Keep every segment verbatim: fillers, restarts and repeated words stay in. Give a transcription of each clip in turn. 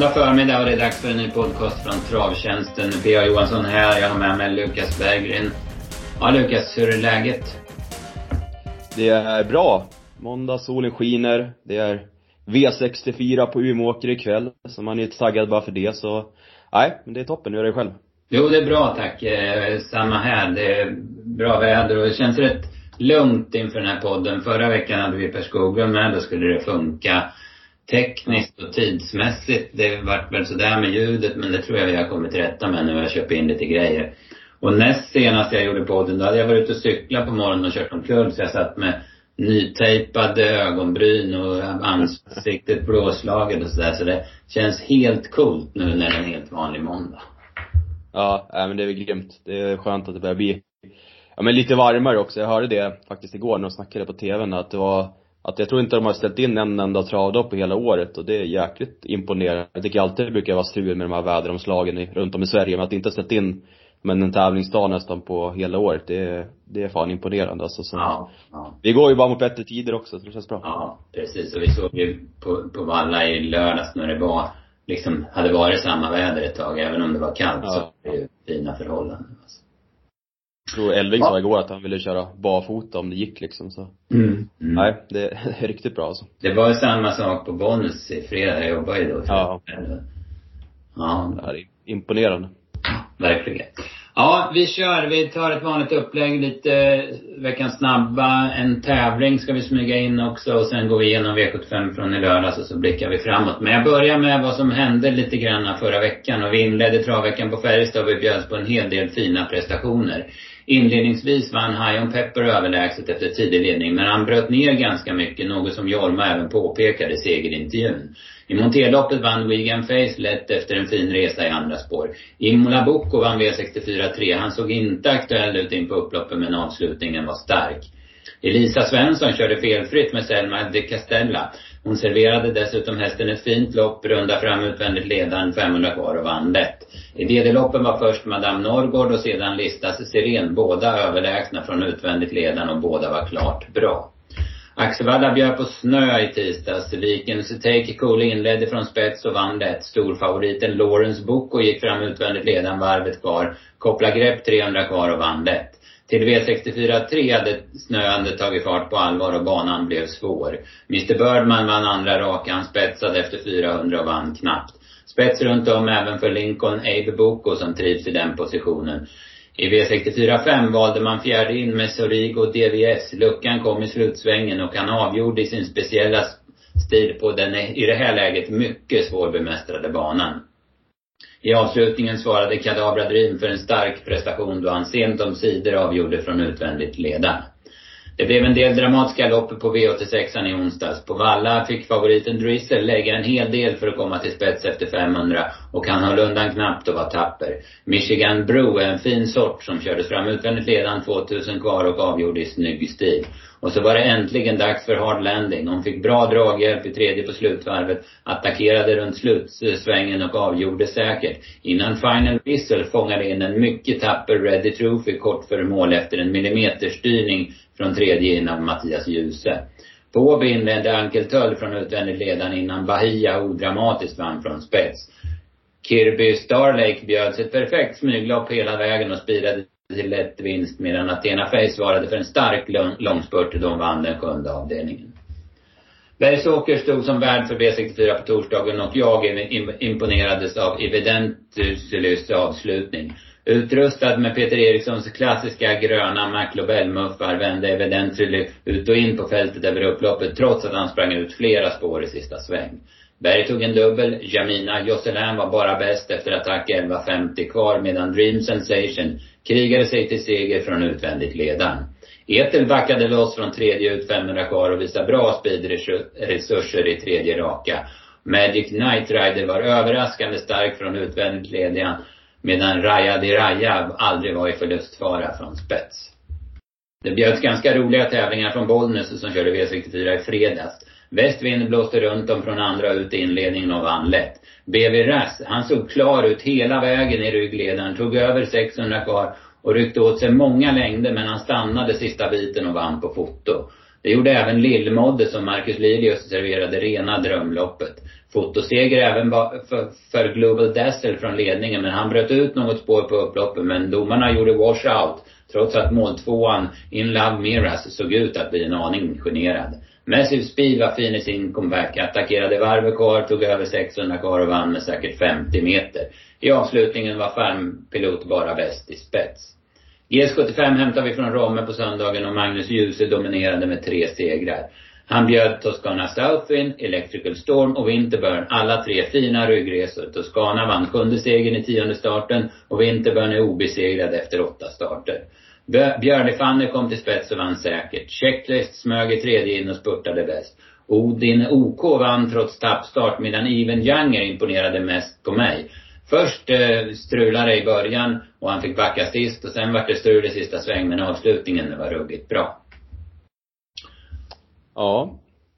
måndag förmiddag och det är dags för en ny podcast från Travtjänsten. P A Johansson här, jag har med mig Lukas Berggren. Ja Lukas, hur är läget? Det är bra. Måndag, solen skiner. Det är V sextiofyra på Umeåker ikväll. Så man är taggad bara för det. Så nej, men det är toppen. Hur är det själv? Jo, det är bra tack. Eh, samma här. Det är bra väder och det känns rätt lugnt inför den här podden. Förra veckan hade vi Per Skoglund med. Då skulle det funka tekniskt och tidsmässigt. Det vart väl sådär med ljudet, men det tror jag vi har kommit till rätta med nu. Jag köper in lite grejer. Och näst senast jag gjorde podden, då hade jag varit ute och cykla på morgonen och kört omkull. Så jag satt med nytejpade ögonbryn och ansiktet blåslaget och sådär. Så det känns helt coolt nu när det är en helt vanlig måndag. Ja, men det är väl grymt. Det är skönt att det börjar bli ja, men lite varmare också. Jag hörde det faktiskt igår när de snackade på tvn. Att det var, att jag tror inte de har ställt in en enda travdag på hela året. Och det är jäkligt imponerande. Jag tycker alltid det brukar vara strul med de här väderomslagen i, runt om i Sverige. Men att inte ställt in men en tävlingsdag nästan på hela året, det är, det är fan imponerande alltså. Så ja, ja. Vi går ju bara mot bättre tider också, så det känns bra. Ja, precis. Och vi såg ju på, på Valla i lördags när det var liksom, hade varit samma väder ett tag. Även om det var kallt, ja. Så var det ju fina förhållanden alltså. Jag tror Elving ja. sa igår att han ville köra barfota om det gick liksom så. Mm. Mm. Nej, det är riktigt bra alltså. Det var ju samma sak på Bonus i fredag, jag jobbade ju då. Ja. Ja. Det är imponerande. Verkligen. Ja, vi kör. Vi tar ett vanligt upplägg, lite veckans snabba. En tävling ska vi smyga in också. Och sen går vi igenom V sjuttiofem från i lördags och så blickar vi framåt. Men jag börjar med vad som hände lite grann förra veckan. Och vi inledde travveckan på Färjestad och vi bjöds på en hel del fina prestationer. Inledningsvis vann High on Pepper överlägset efter tidig ledning. Men han bröt ner ganska mycket, något som Jorma även påpekade i segerintervjun. I Monteloppet vann Wigan Face lätt efter en fin resa i andra spår. Imola Bocco vann V sextiofyra tre. Han såg inte aktuell ut in på upploppet, men avslutningen var stark. Elisa Svensson körde felfritt med Selma de Castella. Hon serverade dessutom hästen ett fint lopp, runda fram utvändigt ledaren femhundra kvar och vann lätt. I D D-loppen var först Madame Norrgård och sedan listas Siren, båda överlägsna från utvändigt ledaren och båda var klart bra. Axevalla bjöd på snö i tisdags. Vikens Take Cool inledde från spets och vann lätt. Storfavoriten Lawrence Bocco gick fram utvändigt ledaren varvet kvar. Koppla grepp trehundra kvar och vann lätt. Till V sextiofyra tre hade snöande tagit fart på allvar och banan blev svår. mister Birdman vann andra raka, han spetsade efter fyrahundra och vann knappt. Spets runt om även för Lincoln Abe Bocco som trivs i den positionen. I V sextiofyra fem valde man fjärde in med Sorigo D V S. Luckan kom i slutsvängen och han avgjorde i sin speciella stil på den i det här läget mycket svårbemästrade banan. I avslutningen svarade Kadabra Dream för en stark prestation då han sent om sidor avgjorde från utvändigt leda. Det blev en del dramatiska lopp på V åttiosex i onsdags. På Valla fick favoriten Drizzle lägga en hel del för att komma till spets efter femhundra och han höll undan knappt och var tapper. Michigan Brew är en fin sort som kördes fram utvändigt ledan tvåtusen kvar och avgjorde i snygg stil. Och så var det äntligen dags för hard landing. Hon fick bra draghjälp i tredje på slutvarvet, attackerade runt slutsvängen och avgjorde säkert. Innan Final Whistle fångade in en mycket tapper Ready Trophy kort för mål efter en millimeterstyrning från tredje in av Mattias Djuse. På Åby inledde Ankel Töll från utvändigt ledan innan Bahia odramatiskt vann från spets. Kirby Starlake bjöds ett perfekt smyglopp hela vägen och spirade till lätt vinst, medan Athena Face svarade för en stark långspurt då de vann den sjunde avdelningen. Bergsåker stod som värd för V sextiofyra på torsdagen och jag imponerades av Evidentus avslutning. Utrustad med Peter Erikssons klassiska gröna McLobel-muffar vände Evidentus ut och in på fältet över upploppet trots att han sprang ut flera spår i sista sväng. Berg tog en dubbel, Jamina Josselin var bara bäst efter attack elva femtio kvar medan Dream Sensation krigade sig till seger från utvändigt ledan. Etel backade loss från tredje ut femhundra kvar och visade bra speedresurser i tredje raka. Magic Knight Rider var överraskande stark från utvändigt ledan medan Raya Di Raya aldrig var i förlustfara från spets. Det bjöds ganska roliga tävlingar från Bollnäs som körde V sextiofyra i fredags. Västvind blåste runt om från andra ut i inledningen och vann lätt. B V Rass, han såg klar ut hela vägen i ryggledaren, tog över sexhundra kvar och ryckte åt sig många längder men han stannade sista biten och vann på foto. Det gjorde även Lillmodde som Marcus Lilius serverade rena drömloppet. Fotoseger även för, för Global Dazzle från ledningen, men han bröt ut något spår på upploppet, men domarna gjorde washout trots att måltvåan In Love Miras såg ut att bli en aning generad. Massive Speed var fin i sin comeback, attackerade varvet kvar, tog över sexhundra kvar och vann med säkert femtio meter. I avslutningen var Farmpilot bara bäst i spets. G S sjuttiofem hämtar vi från Romme på söndagen och Magnus Djuse dominerade med tre segrar. Han bjöd Toscana Southwind, Electrical Storm och Winterburn, alla tre fina ryggresor. Toscana vann sjunde segern i tionde starten och Winterburn är obesegrad efter åtta starter. Björnefanne kom till spets och vann säkert. Checklist smög i tredje in och spurtade bäst. Odin O K vann trots tappstart, medan Even Younger imponerade mest på mig. Först eh, strulade i början och han fick backa sist, och sen var det strul i sista sväng, men avslutningen var ruggigt bra. Ja.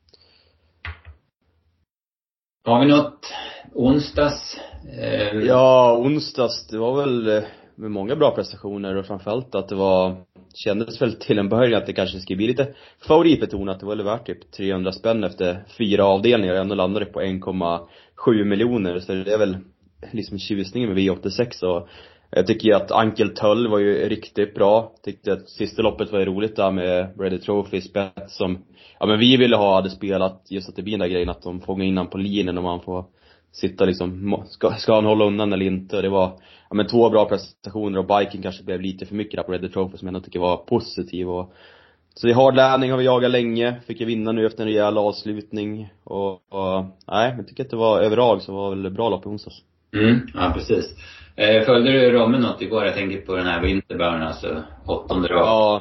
Har vi något onsdags? Eh... Ja, onsdags, det var väl med många bra prestationer, och framförallt att det var, kändes väl till en början att det kanske skulle bli lite favoritbetonat. Det var väl värt typ trehundra spänn efter fyra avdelningar, ändå landade på en komma sju miljoner, så det är väl liksom tjusningen med V åttiosex. Och jag tycker att Ankel Töll var ju riktigt bra. Tyckte att sista loppet var ju roligt där med Ready Trophy spets som, ja men vi ville ha, hade spelat, just att det blir den där grejen att de fångar innan på linjen och man får sitta liksom, ska, ska han hålla undan eller inte. Det var, ja men två bra prestationer, och biken kanske blev lite för mycket där på Ready Trophy som jag ändå tycker var positiv. Och så i hard landing har vi jagat länge, fick jag vinna nu efter en rejäl avslutning. Och, och nej, jag tycker att det var överlag så var väl bra lopp i onsdags. Mm, ja precis. Eh, följde du Romme något igår? Jag tänker på den här Winterburn, alltså åttonde rad. Ja,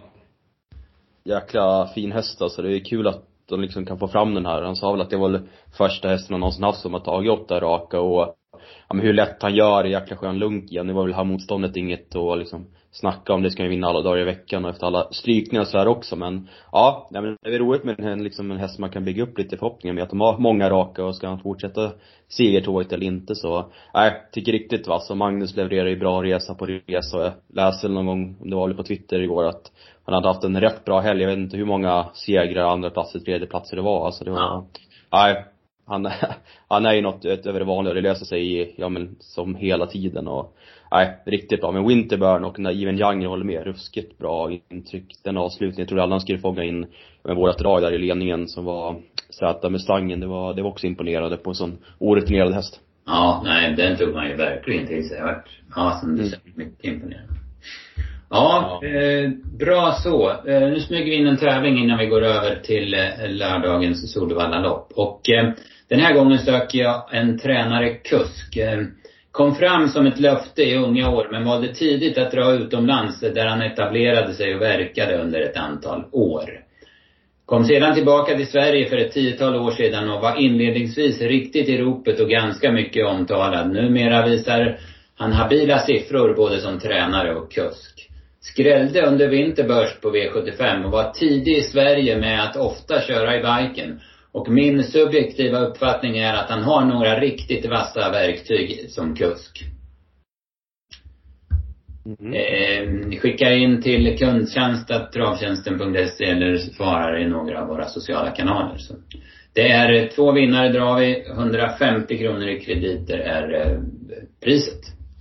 jäkla fin häst alltså. Det är kul att de liksom kan få fram den här. Han sa väl att det var första hästen han någonsin haft som har tagit åtta raka. Och ja, men hur lätt han gör, jäkla skön lunk igen. Det var väl här motståndet inget och liksom snacka om det, ska vi vinna alla dagar i veckan och efter alla strykningar så här också. Men ja, det är roligt med en, liksom en häst man kan bygga upp lite förhoppningar med, att de har många raka, och ska han fortsätta segertåget eller inte så. Nej, tycker riktigt va. Så Magnus levererar ju bra resa på resa. Jag läste någon gång, om det var på Twitter igår, att han hade haft en rätt bra helg. Jag vet inte hur många segrar, andra platser, tredje platser det var. Alltså det var, ja. Nej, han, han är ju något över det vanliga. Det löser sig i, ja men som hela tiden. Och nej, riktigt bra. Men Winterburn och när Even Younger håller med, ruskigt bra intryck. Den avslutningen, jag trodde alla skulle fånga in med vårat drag där i ledningen som var sätta med stangen. Det var, det var också imponerande på en sån orutinerad häst. Ja, nej, den tog man ju verkligen till sig. Ja, som du säger, mycket imponerande. Ja, ja. Eh, bra så. Eh, nu smyger vi in en tävling innan vi går över till eh, lördagens Solvalla-lopp. Och eh, den här gången söker jag en tränare-kusk. Eh, kom fram som ett löfte i unga år, men valde tidigt att dra utomlands där han etablerade sig och verkade under ett antal år. Kom sedan tillbaka till Sverige för ett tiotal år sedan och var inledningsvis riktigt i ropet och ganska mycket omtalad. Numera visar han habila siffror både som tränare och kusk. Skrällde under vinterbörst på V sjuttiofem och var tidig i Sverige med att ofta köra i biken. Och min subjektiva uppfattning är att han har några riktigt vassa verktyg som kusk. Mm. Eh, skicka in till kundtjänst at travtjänsten punkt se eller svarar i några av våra sociala kanaler. Så det är två vinnare drar vi. hundrafemtio kronor i krediter är eh, priset.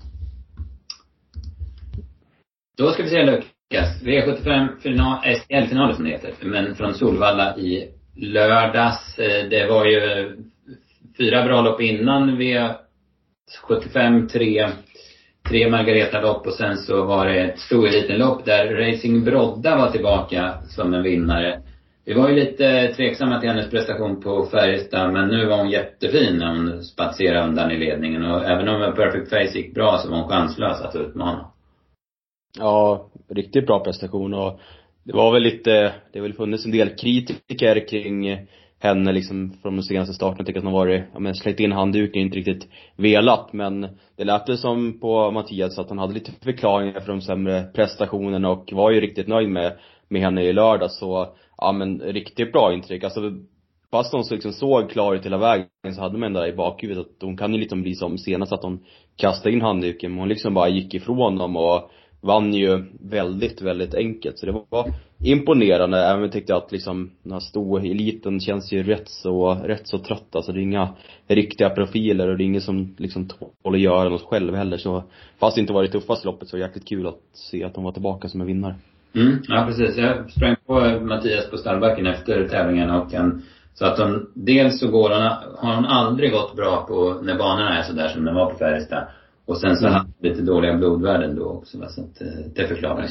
Då ska vi se Lukas. V sjuttiofem final, S L finalen som det heter. Men från Solvalla i lördags. Det var ju fyra bra lopp innan V sjuttiofem, tre, tre Margareta-lopp. Och sen så var det ett stor liten lopp där Racing Brodda var tillbaka som en vinnare. Vi var ju lite tveksamma till hennes prestation på Färjestad, men nu var hon jättefin när hon spatserade undan i ledningen. Och även om Perfect Face gick bra så var hon chanslös att utmana. Ja, riktigt bra prestation. Och det var väl lite, det har väl funnits en del kritiker kring henne liksom från den senaste starten. Jag tycker att hon var, ja men släckt in handduken, inte riktigt velat. Men det lät det som på Mattias att han hade lite förklaringar för de sämre prestationerna och var ju riktigt nöjd med, med henne i lördag. Så ja men riktigt bra intryck. Alltså fast hon så liksom såg klar ut hela vägen så hade man där i bakhuvudet att hon kan ju liksom bli som senast att hon kastade in handduken. Men hon liksom bara gick ifrån dem och vann ju väldigt, väldigt enkelt. Så det var imponerande. Även jag tyckte att liksom den här stora eliten känns ju rätt så, rätt så trött. Alltså det är inga riktiga profiler och det är ingen som liksom tål att göra något själv heller. Så fast det inte var det tuffaste loppet så var det jäkligt kul att se att de var tillbaka som en vinnare. Mm, ja precis. Jag sprang på Mattias på stallbacken efter tävlingen och han så att hon, dels så går hon, har hon aldrig gått bra på när banorna är så där som den var på Färjestad. Och sen så mm. hade hon lite dåliga blodvärden då också. Så att det förklarar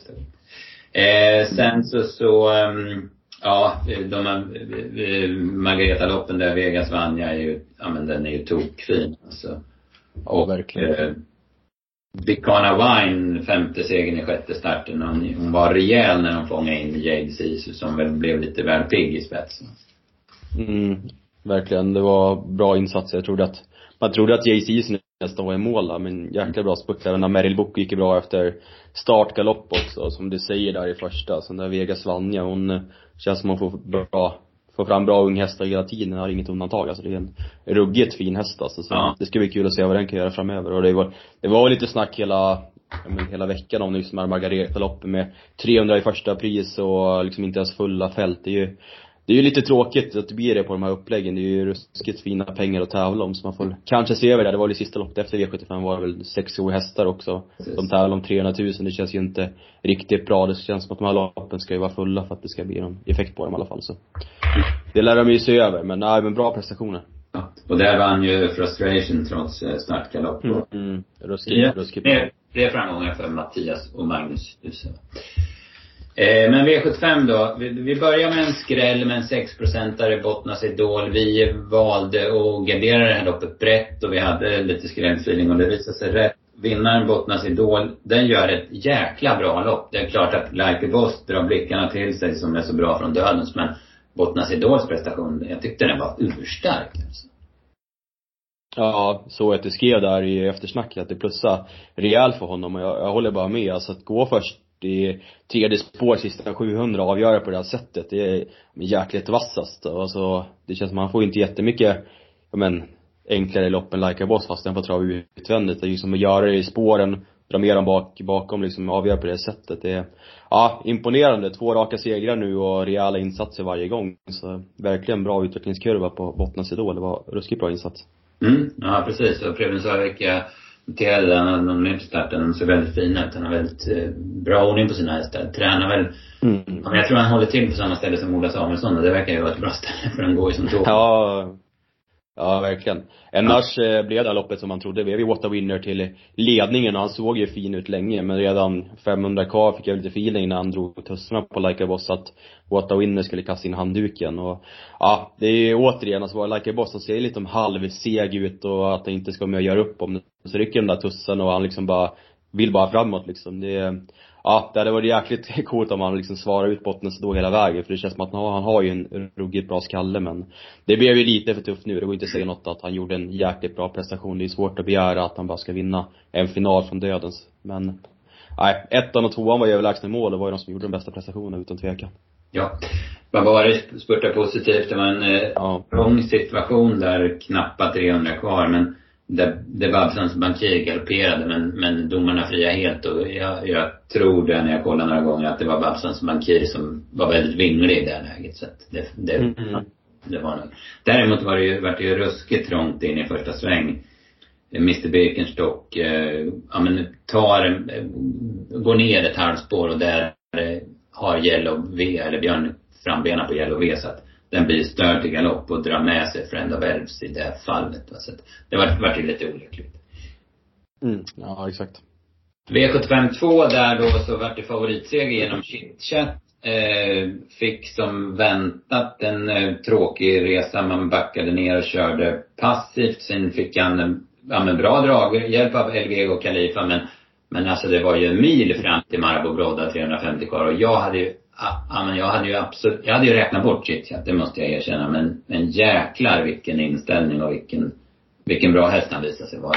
eh, sen så, så um, ja, de här Margareta-loppen där Vegas vann jag är ju, ja men den är ju tokfin alltså. Och ja, verkligen. Eh, Bicana Wine, femte segern i sjätte starten. Hon, hon var rejäl när hon fångade in Jade Sisu som väl blev lite väl pigg i spetsen. Mm, verkligen, det var bra insatser. Jag trodde att man trodde att Jade Sisu nästan var i mål där, men jäkla bra spurt. Även när Meryl Book gick bra efter startgalopp också, som du säger där i första. Så när Vegas vann, ja, hon känns som hon får bra, får fram bra unghästar hela tiden. Har inget undantag, alltså det är en ruggigt fin häst alltså. Så ja. Det ska bli kul att se vad den kan göra framöver. Och det var, det var lite snack hela men, hela veckan om just med Margareta-loppen med trehundra i första pris och liksom inte ens fulla fält. Det är ju Det är ju lite tråkigt att det blir det på de här uppläggen. Det är ju ruskigt fina pengar att tävla om. Så man får kanske se över det. Det var det sista loppet efter V sjuttiofem var det väl sex hästar också. Precis. De tävlar om trehundratusen. Det känns ju inte riktigt bra. Det känns som att de här loppen ska ju vara fulla för att det ska bli någon effekt på dem i alla fall. Så det lär de ju se över. Men nej, men bra prestationer. Ja. Och där vann ju Frustration trots startgalopp. Mm, mm. Ruskigt, ja, ruskigt. Det, det är framgångar för Mattias och Magnus Duse. Eh, men V sjuttiofem då, vi, vi börjar med en skräll med en sex procentare Bottnas Idol. Vi valde att gardera det här loppet brett och vi hade lite skrällfeeling och det visade sig rätt. Vinnaren Bottnas Idol, den gör ett jäkla bra lopp. Det är klart att Like a Boss drar blickarna till sig som är så bra från dödens, men Bottnas Idols prestation, jag tyckte den var urstark alltså. Ja, så att det skrev där i eftersnacket att det plussade rejält för honom och jag, jag håller bara med. Alltså att gå först i tredje spår sista sjuhundra och avgöra på det här sättet, det är jäkligt vassast. Alltså, det känns som man får inte jättemycket men, enklare lopp än Like a Boss fast den får trava utvändigt. Det är ju som att göra det i spåren, dra mer dem bak, bakom, liksom avgöra på det sättet. Det är ja, imponerande. Två raka segrar nu och rejäla insatser varje gång. Så verkligen bra utvecklingskurva på Bottnas Idol. Det var ruskigt bra insats. Mm, ja precis. Och Preben Sörvik noterade den, de är på starten, de ser väldigt fina ut. Han har väldigt eh, bra ordning på sina hästar. Tränar väl, mm. ja, jag tror han håller till på samma ställe som Ola Samuelsson och det verkar ju vara ett bra ställe för han går ju som tåg. Ja, ja verkligen. Annars ja. blev det loppet som man trodde. Vi What a Winner till ledningen och han såg ju fin ut länge. Men redan femhundra kvar fick jag lite feeling när han drog tussarna på Like a Boss att What a Winner skulle kasta in handduken. Och ja, det är ju återigen alltså var Like a Boss som ser lite om halvseg ut och att det inte ska med att göra upp om det. Så rycker den där tussen och han liksom bara vill bara framåt liksom. Det, ja, det hade varit jäkligt coolt om han liksom svarar ut Bottnas då hela vägen. För det känns som att han har ju en ruggigt bra skalle. Men det blev ju lite för tufft nu. Det går inte att säga något att han gjorde en jäkligt bra prestation. Det är svårt att begära att han bara ska vinna en final från dödens. Men nej, ettan och tvåan var ju överlägsna mål. Det var ju de som gjorde den bästa prestationen utan tvekan. Ja, vad var det spurta positivt? Det var en eh, ja. lång situation där knappt trehundra kvar. Men det, det Babsans bankir galopperade men, men domarna fria helt och jag, jag tror det när jag kollar några gånger att det var Babsans bankir som var väldigt vinglig i det här läget så att det, det, mm. det var nog. Däremot var det ju, var det ju ruskigt trångt in i första sväng. mister Birkenstock eh, ja, men tar eh, går ner ett halvspår och där eh, har Yellow V eller Björn frambena på Yellow V så att den blir störd till galopp och drar med sig Friend of Elves i det fallet. Så det var, var lite olyckligt. Mm, ja, exakt. V sjuttiofem två där då så var det favoritseger genom Chitchat. Eh, fick som väntat en eh, tråkig resa. Man backade ner och körde passivt. Sen fick han en ja, bra drag, hjälp av Elvego och Khalifa. Men, men alltså det var ju en mil fram till Marabou Brodda trehundrafemtio kvar. Och jag hade ju Ja, men jag hade ju absolut, jag hade ju räknat bort Chitchat, det måste jag erkänna. Men, men jäklar vilken inställning och vilken, vilken bra häst han visade sig vara.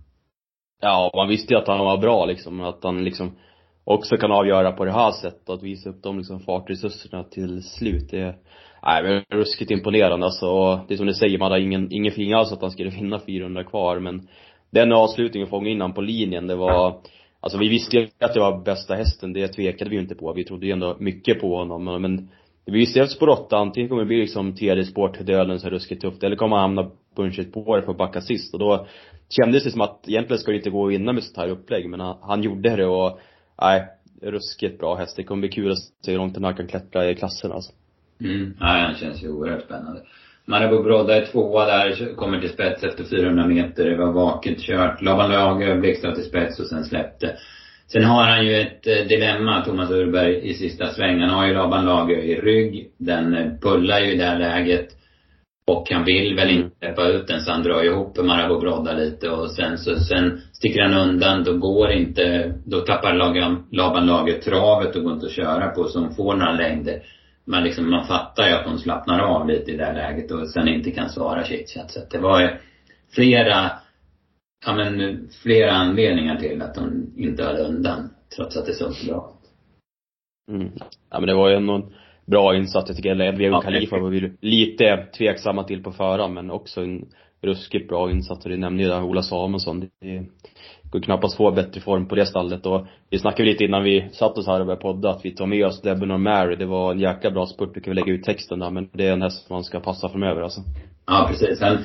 Ja, man visste ju att han var bra liksom. Att han liksom också kan avgöra på det här sättet. Att visa upp de liksom fartresurserna till slut. Det är, nej, men ruskigt imponerande alltså. Och det är som du säger, man hade ingen, ingen feeling alls att han skulle vinna fyrahundra kvar. Men den avslutningen fångade in han på linjen. Det var alltså vi visste ju att det var bästa hästen, det tvekade vi ju inte på. Vi trodde ju ändå mycket på honom, men vi visste att spår åtta antingen kommer det bli liksom tredje spår till döden så är ruskigt tufft, eller kommer han hamna bunchigt på det för att backa sist. Och då kändes det som att egentligen ska det inte gå att vinna med sånt här upplägg, men han, han gjorde det. Och nej, ruskigt bra häst. Det kommer bli kul att se hur långt den här kan klättra i klassen alltså. Mm, ja, han känns ju oerhört spännande. Marabou Brodda är tvåa där, kommer till spets efter fyrahundra meter. Det var vaket kört. Laban Lager blixtrade till spets och sen släppte. Sen har han ju ett eh, dilemma, Thomas Urberg, i sista svängen. Han har ju Laban Lager i rygg. Den eh, pullar ju i det här läget. Och han vill väl inte släppa ut den, så han drar ihop Marabou Brodda lite. Och sen så sen sticker han undan. Då går inte, då tappar Laban, Laban Lager travet och går inte att köra på, så hon får några längder. Men liksom, man fattar ju att hon slappnar av lite i det här läget och sen inte kan svara Chitchat. Så att det var ju flera, ja men flera anledningar till att hon inte höll undan, trots att det såg så bra. Mm. Ja, men det var ju någon bra insats. Jag tycker Edvin och Khalifa var vi lite tveksamma till på förhand, men också en ruskigt bra insats. Och det nämnde ju där Ola Samuelsson. Det går knappast få bättre form på det stallet. Och vi snackade lite innan vi satt oss här och började podda att vi tar med oss Debonair Mary. Det var en jäkla bra spurt. Vi kan lägga ut texten där, men det är en häst man ska passa framöver alltså. Ja, precis. Han,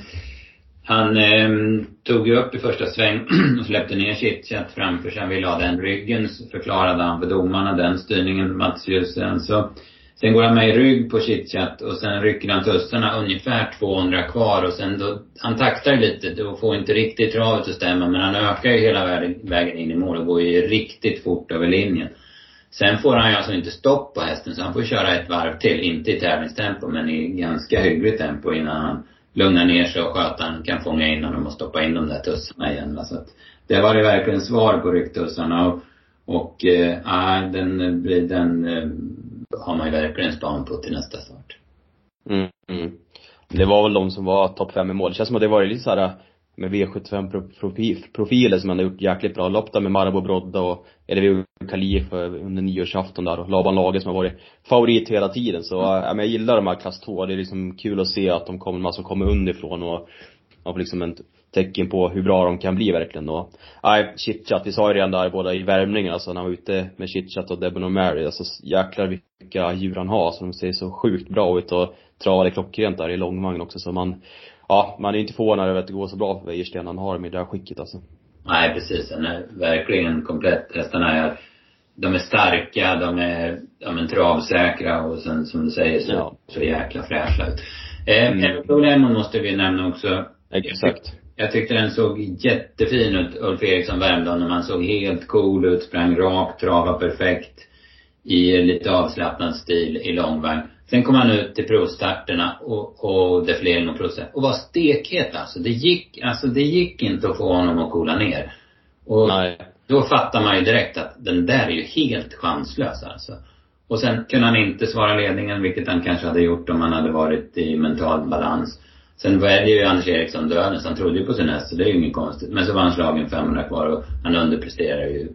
han eh, tog ju upp i första sväng och släppte ner Chitchat framför sig. Han ville ha den ryggen, förklarade han för domarna, den styrningen, Mats Jusen. Så sen går han med i rygg på Chitchat och sen rycker han tussarna ungefär tvåhundra kvar. Och sen då, han taktar lite, då får inte riktigt travet att stämma, men han ökar ju hela vägen in i mål och går ju riktigt fort över linjen. Sen får han ju alltså inte stopp på hästen, så han får köra ett varv till, inte i tävlingstempo men i ganska hyggligt tempo innan han lugnar ner sig och skötaren kan fånga in honom och stoppa in de där tussarna igen. Så att det var det verkligen svar på rycktussarna. Och, och äh, den, den äh, har man ju verkligen span på till nästa start. Mm, mm. Det var väl de som var topp fem i mål. Det känns som att det var lite så här med V sjuttiofem-profiler som man har gjort jäkligt bra lopp där med Marabou Brodda och Edvin Khalifa under nyårsafton där och Laban Lager som har varit favorit hela tiden. Så mm. ja, men jag gillar de här klass två. Det är liksom kul att se att de kommer, man som kommer underifrån och har liksom en tecken på hur bra de kan bli verkligen. Och nej, Chitchat, vi sa ju redan där båda i värmningen, alltså när han var ute med Chitchat och Debonair Mary, alltså jäklar vilka djur han har, så de ser så sjukt bra ut och travade klockrent där i långvagn också, så man, ja, man är inte förvånad över att det går så bra för Wäjersten, han har dem i det här skicket alltså. Nej, precis, den är verkligen komplett. Hästarna är, de är starka, de är, de är travsäkra och sen som du säger så, ja. Så jäkla fräscha ut. Eh, mm. Problemen måste vi nämna också. Exakt. Jag tyckte den såg jättefin ut, Ulf Eriksson värmde när man såg helt cool ut, sprang rakt, trava perfekt i lite avslappnad stil i långvagn. Sen kom han ut till provstarterna och, och defilering och provstart och var stekhet alltså. Det gick, alltså det gick inte att få honom att coola ner. Och nej. Då fattar man ju direkt att den där är ju helt chanslös alltså. Och sen kunde han inte svara ledningen, vilket han kanske hade gjort om han hade varit i mental balans. Sen var det ju Anders Eriksson döden, så han trodde ju på sin häst, så det är ju inget konstigt. Men så var han slagen femhundra kvar och han underpresterar ju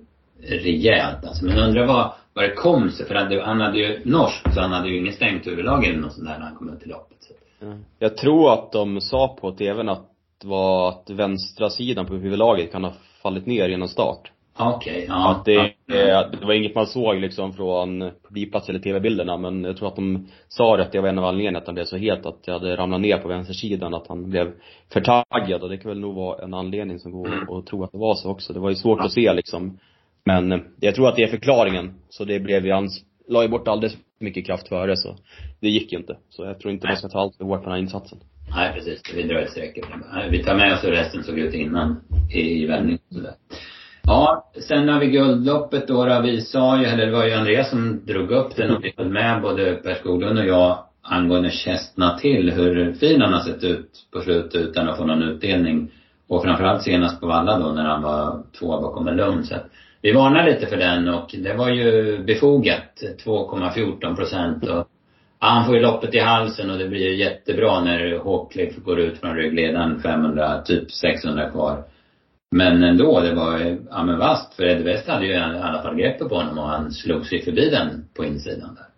rejält alltså. Men undrar vad, vad det kom sig, för han, han hade ju norsk, så han hade ju ingen stängt huvudlag eller något sånt där när han kom ut till loppet. Så. Jag tror att de sa på tvn att det var att vänstra sidan på huvudlaget kan ha fallit ner genom start. Okej, okay, ja. Att det, ja. det var inget man såg liksom från publikplats eller tv-bilderna, men jag tror att de sa att det var en av anledningarna att han blev så het, att jag hade ramlat ner på vänstersidan, att han blev förtaggad, och det kan väl nog vara en anledning som går mm. och tro att det var så också. Det var ju svårt ja. att se liksom, men jag tror att det är förklaringen, så det blev ju, han la ju bort alldeles mycket kraft före, så det gick ju inte, så jag tror inte Nej. man ska ta allt för hårt på den här insatsen. Nej, precis, vi drar ett streck. Vi tar med oss hur resten såg ut innan i vändning och sådär. Ja, sen har vi guldloppet då, då vi sa ju, eller det var ju Andreas som drog upp den och vi höll med både Per Skoglund och jag angående Kästna till, hur fin han har sett ut på slutet utan att få någon utdelning, och framförallt senast på Valla då när han var två bakom en lugn. Så vi varnar lite för den och det var ju befogat, två komma fjorton procent, och ja, han får ju loppet i halsen och det blir ju jättebra när Håkliff går ut från ryggledaren femhundra, typ sexhundra kvar. Men ändå, det var ja men vast, för Ed West hade ju i alla fall greppet på honom och han slog sig förbi den på insidan där.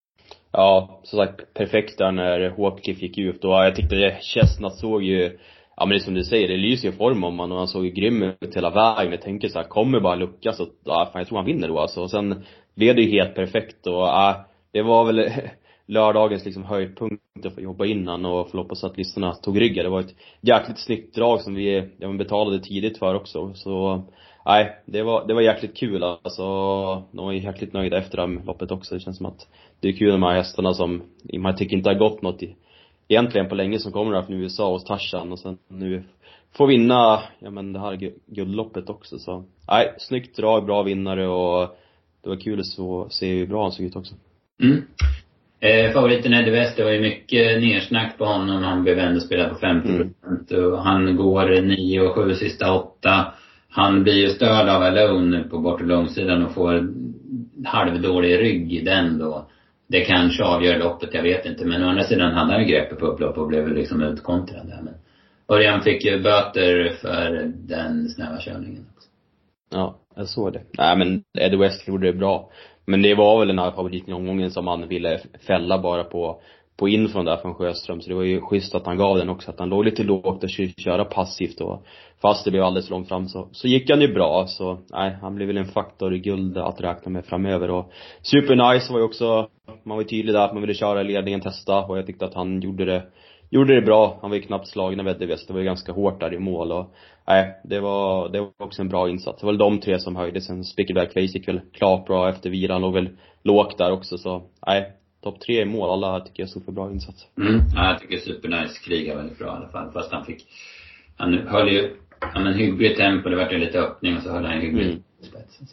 Ja, så sagt perfekt där när Håkliff gick ut, och jag tyckte det Chestnut såg ju Ja, men det är som du säger, det lyser ju form om man, och han såg ju grym ut hela vägen. Jag tänker så här, kommer bara lucka så, ja, fan, jag tror han vinner då alltså. Och sen blev det ju helt perfekt och ja, det var väl lördagens liksom höjdpunkt att få jobba innan och få hoppas att listorna tog rygga. Det var ett jäkligt snyggt drag som vi ja, betalade tidigt för också. Så nej, det var, det var jäkligt kul alltså. De var jäkligt nöjda efter det här loppet också. Det känns som att det är kul med de här hästarna som man tycker inte har gått något i, egentligen på länge, som kommer här från U S A hos Tarzan och sen nu får vinna ja men det här guldloppet också. Så nej, snyggt drag, bra vinnare och det var kul att så, se hur bra han såg ut också. Mm. Eh, favoriten Eddie West, det var ju mycket nersnack på honom. Han blev ändå spela på femtio procent mm. och han går nio och sju sista åtta. Han blir ju störd av Alone på bort- och långsidan och får halvdålig rygg i den då. Det kanske avgör loppet, jag vet inte. Men å andra sidan hade han ju greppet på upplopp och blev liksom utkontrad där. Men Örjan fick ju böter för den snäva körningen också. Ja, jag såg det. Nej, men Eddie West gjorde det bra. Men det var väl den här favoriten omgången som han ville fälla bara på på infron där från Sjöström. Så det var ju schysst att han gav den också. Att han låg lite lågt och köra passivt. Och fast det blev alldeles långt fram så, så gick han ju bra. Så nej, han blev väl en faktor i guld att räkna med framöver. Och super nice var ju också, man var ju tydlig där att man ville köra i ledningen, testa. Och jag tyckte att han gjorde det Gjorde det bra. Han var ju knappt slagen av Eddie West. Det var ju ganska hårt där i mål. Och nej, det var, det var också en bra insats. Det var väl de tre som höjde. Sen Spickleback Face gick väl klart bra efter vilan. Han låg väl lågt där också. Så nej, topp tre i mål. Alla tycker jag stod för bra insats. Mm. Ja, jag tycker Supernice krigar väldigt bra i alla fall. Fast han fick, han höll ju ja, men hyggligt tempo. Det var ju lite öppning och så höll han hyggligt mm. spetsen.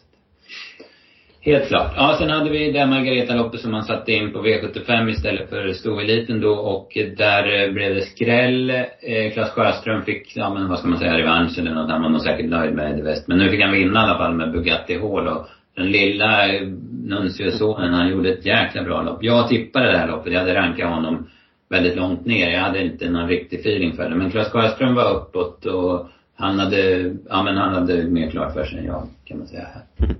Helt klart. Ja, sen hade vi där Margareta-loppet som man satte in på V sjuttiofem istället för Stoeliten då. Och där blev det skräll. Eh, Claes Sjöström fick, ja men vad ska man säga, revansch eller något. Han var nog säkert nöjd med Eddie West. Men nu fick han vinna i alla fall med Bugatti Hall. Och den lilla Nuncio-sonen, han gjorde ett jäkla bra lopp. Jag tippade det här loppet. Jag hade rankat honom väldigt långt ner. Jag hade inte någon riktig feeling för det. Men Claes Sjöström var uppåt och han hade, ja men han hade mer klart för sig än jag, kan man säga här.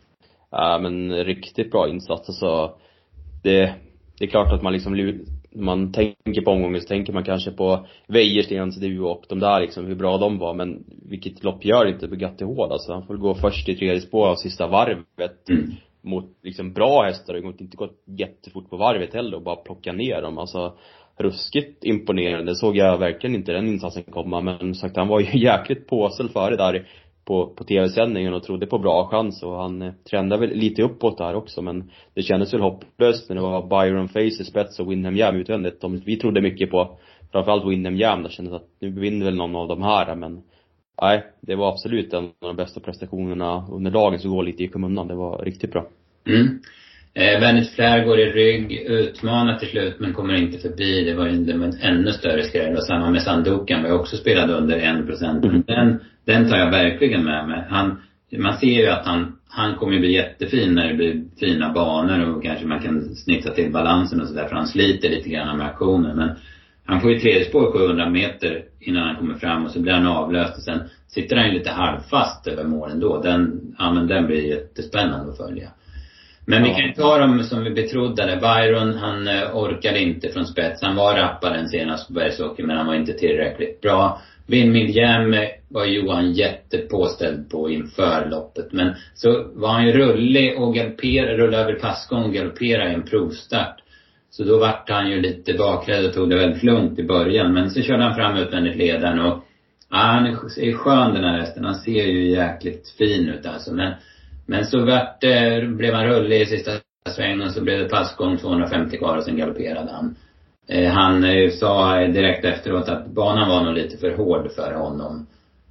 Ja, men riktigt bra insats. Alltså, det, det är klart att man liksom, man tänker på omgången så tänker man kanske på Wäjerstens du och de där liksom, hur bra de var. Men vilket lopp gör inte Bugatti Hall alltså. Han får gå först i tredje spår av sista varvet mm. mot liksom bra hästar. Det går inte gått jättefort på varvet heller och bara plocka ner dem. Alltså ruskigt imponerande. Såg jag verkligen inte den insatsen komma. Men sagt, han var ju jäkligt påsel före där på, på tv-sändningen och trodde på bra chans. Och han eh, trendade väl lite uppåt där också. Men det kändes väl hopplöst när det var Byron Face i spets och Windham Jam utvändigt. De, vi trodde mycket på framförallt Windham Jam. Där kändes att nu vinner väl någon av de här. Men nej, det var absolut en av de bästa prestationerna under dagen, så går lite i kommunen. Det var riktigt bra. Mm. Eh, Bennett Flair går i rygg, utmanar till slut men kommer inte förbi. Det var ju en ännu större skräll. Och samma med Sandokan, var också spelade under en procent. Mm. Den, den tar jag verkligen med mig. Han, man ser ju att han, han kommer bli jättefin när det blir fina banor och kanske man kan snitta till balansen och sådär. För han sliter lite grann med aktionen. Men han får ju tredje spår sjuhundra meter innan han kommer fram och så blir han avlöst. Och sen sitter han ju lite halvfast över målen då. Den, ja, men den blir jättespännande att följa. Men vi kan ju ta dem som vi betrodde. Byron, han orkade inte från spets. Han var rappare den senast på Bergsåker, men han var inte tillräckligt bra. Windmill Jam var Johan jättepåställd på inför loppet. Men så var han ju rullig och galopperade, rullade över passgång och galopperade i en provstart. Så då vart han ju lite bakrädd och tog det väldigt lugnt i början. Men så körde han fram utvändigt ledaren och ja, han är skön den här hästen. Han ser ju jäkligt fin ut alltså. Men Men så vart, eh, blev han rullig i sista svängen och så blev det passgång tvåhundrafemtio kvar och sen galopperade han. Eh, han eh, sa direkt efteråt att banan var nog lite för hård för honom.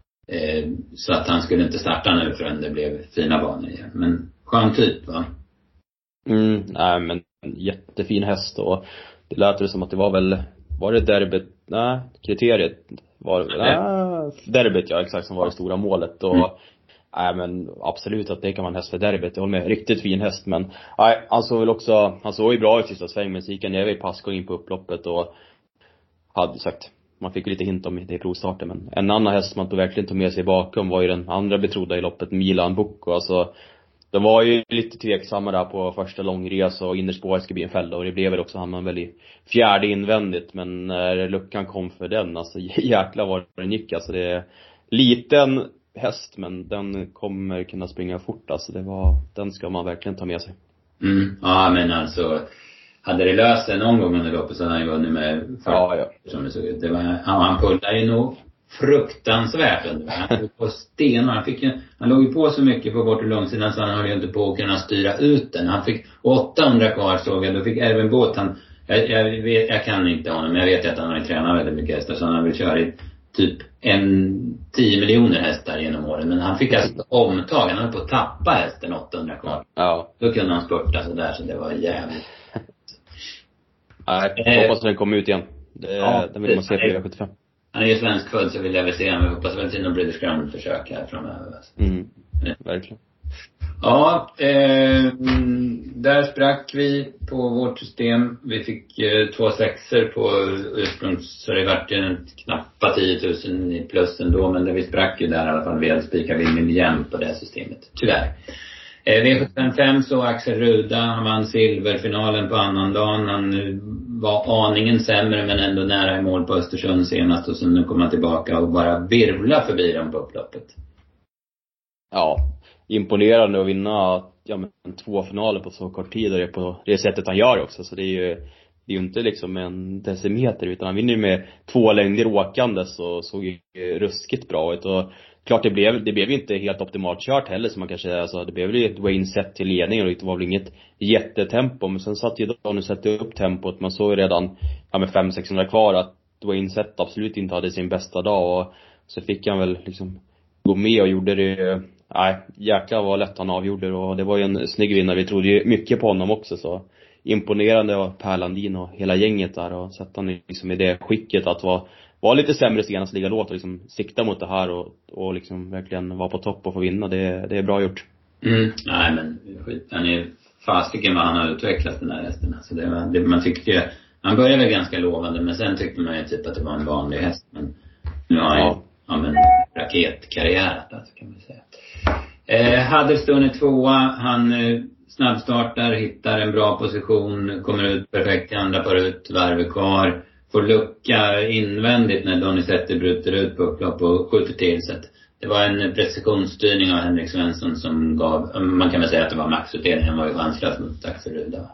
Eh, så att han skulle inte starta nu förrän det blev fina banor igen. Men skön typ, va? Mm, nej men jättefin häst och det lät det som att det var väl, var det derbyt, nej, kriteriet var, nej, derbyt ja, exakt, som var det stora målet och mm. Nej men absolut att det kan vara en häst för derbyt. Jag håller med, riktigt fin häst. Men nej, han såg väl också, han såg ju bra i sista sväng. Men så gick han ner i passgång in på upploppet. Och hade sagt, man fick lite hint om det i provstarten. Men en annan häst som man verkligen tog med sig bakom var ju den andra betrodda i loppet, Milan Bocco. Alltså De var ju lite tveksamma där på första långresa och innerspåret skulle bli en fälla. Och det blev väl också, han var väl i fjärde invändigt. Men när luckan kom för den, alltså jäkla var den gick. Alltså det är liten häst, men den kommer kunna springa fort. Alltså det var, den ska man verkligen ta med sig. Mm. Ja, men alltså, hade det löst sig någon gång under loppet så hade han ju vunnit med fyrtio, ja, ja. som det såg ut. Det var, ja, han pullade ju nog fruktansvärt under. Han låg på stenar. Han fick ju, han låg ju på så mycket på bort och långsidan så han höll ju inte på att kunna styra ut den. Han fick åttahundra kvar såg jag. Då fick även båt han, jag, jag, vet, jag kan inte honom, men jag vet ju att han har tränat väldigt mycket hästar, så han har väl kört i typ en tio miljoner hästar genom åren. Men han fick alltså omtag. Han höll på att tappa hästen åttahundra kvar. Ja. Då kunde han spurta så där, så det var jävligt. Nej, jag hoppas att den kommer ut igen. Det, ja, den vill man se på V sjuttiofem. Han är ju svensk född, så vill jag väl se honom. Jag hoppas väl till någon British Crown försök här framöver. Mm, verkligen. Ja, eh, där sprack vi på vårt system. Vi fick eh, två sexer på ursprungs, så det vart ju knappt tio tusen i plus ändå. Men det vi sprack ju där i alla fall. Vi hade spikat Vimil jäm på det här systemet, tyvärr. Eh, V sjuttiofem så Axel Ruda, han vann silverfinalen på annandagen. Han var aningen sämre men ändå nära i mål på Östersund senast. Och sen nu kommer han tillbaka och bara virvla förbi dem på upploppet. Ja, imponerande att vinna ja, men, två finaler på så kort tid, och det på det sättet han gör också. Så det är ju, det är ju inte liksom en decimeter, utan han vinner ju med två längder åkandes och såg ju ruskigt bra ut. Och klart det blev, det blev inte helt optimalt kört heller, som man kanske, alltså det blev ju ett Dwayne Sett till ledning och det var väl inget jättetempo. Men sen satt ju då nu sätta upp tempot. Man såg ju redan ja, med fem sexhundra kvar att Dwayne Sett absolut inte hade sin bästa dag. Och så fick han väl liksom gå med och gjorde det. Nej, jäklar vad lätt han avgjorde. Och det var ju en snygg vinnare. Vi trodde ju mycket på honom också. Så imponerande av Per Landin och hela gänget där. Och sätta han liksom i det skicket att vara var lite sämre senast liga låt och liksom sikta mot det här och, och liksom verkligen vara på topp och få vinna. Det, det är bra gjort. Mm. Nej, men skit. Han är fasiken vad han har utvecklat den här hästen. Alltså det var, det, man tyckte ju, han började väl ganska lovande, men sen tyckte man ju typ att det var en vanlig häst. Men nu har han ja. ja, men raketkarriär, alltså, kan man säga. Eh, Huddleston är tvåa. Han eh, snabbstartar, hittar en bra position, kommer ut perfekt i andra par ut, varv kvar. Får lucka invändigt när Donizetti bryter ut på upplopp och skjuter till. Så det var en precisionsstyrning av Henrik Svensson som gav, man kan väl säga att det var maxutdelningen. Han var ju chanslös mot Axel Ruda.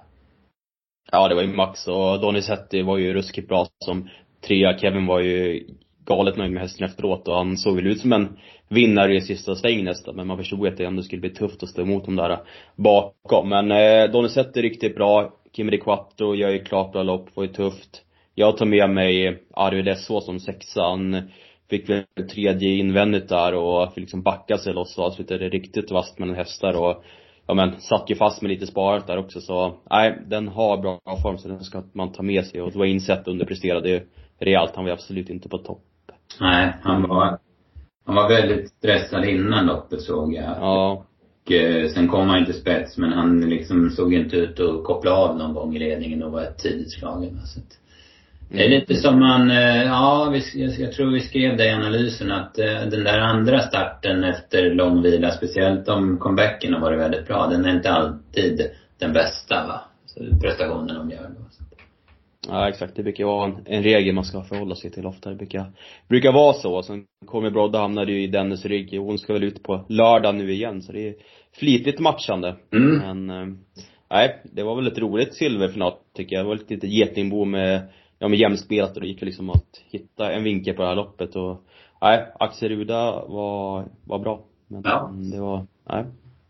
Ja, det var ju max, och Donizetti var ju ruskigt bra som trea. Kevin var ju galet nöjd med hästen efteråt och han såg väl ut som en vinnare i sista sväng nästan. Men man förstod att det ändå skulle bli tufft att stå emot dem där bakom. Men eh, Donizetti är riktigt bra. Kimi Di Quattro gör ju klart bra lopp, var ju tufft. Jag tar med mig Arvidesso som sexa. Han fick väl tredje invändigt där och fick liksom backa sig loss och avslutade riktigt vast med en hästar. Och ja, men satt ju fast med lite sparat där också. Så nej, den har bra form, så den ska man ta med sig. Och det var insett underpresterade ju rejält. Han var absolut inte på topp. Nej, han var, han var väldigt stressad innan loppet, såg jag. Ja. Och eh, sen kom han inte spets, men han liksom såg inte ut att koppla av någon gång i ledningen och var ett tidigt slagen. Så att det är lite som man, ja, vi, jag tror vi skrev det i analysen att den där andra starten efter lång vila, speciellt om comebacken har varit väldigt bra. Den är inte alltid den bästa, va? Så prestationen de gör då. Ja, exakt. Det brukar vara en, en regel man ska förhålla sig till ofta. Det brukar, brukar vara så. Sen kommer Brodda, hamnade ju i Dennis rygg. Hon ska väl ut på lördag nu igen. Så det är flitigt matchande. Mm. Men nej, det var väl ett roligt silverfinal tycker jag. Det var lite, lite getingbo med ja, med jämspelat, och det gick liksom att hitta en vinkel på det här loppet. Och nej, Axel Ruda var, var bra. Men ja. det var, nej.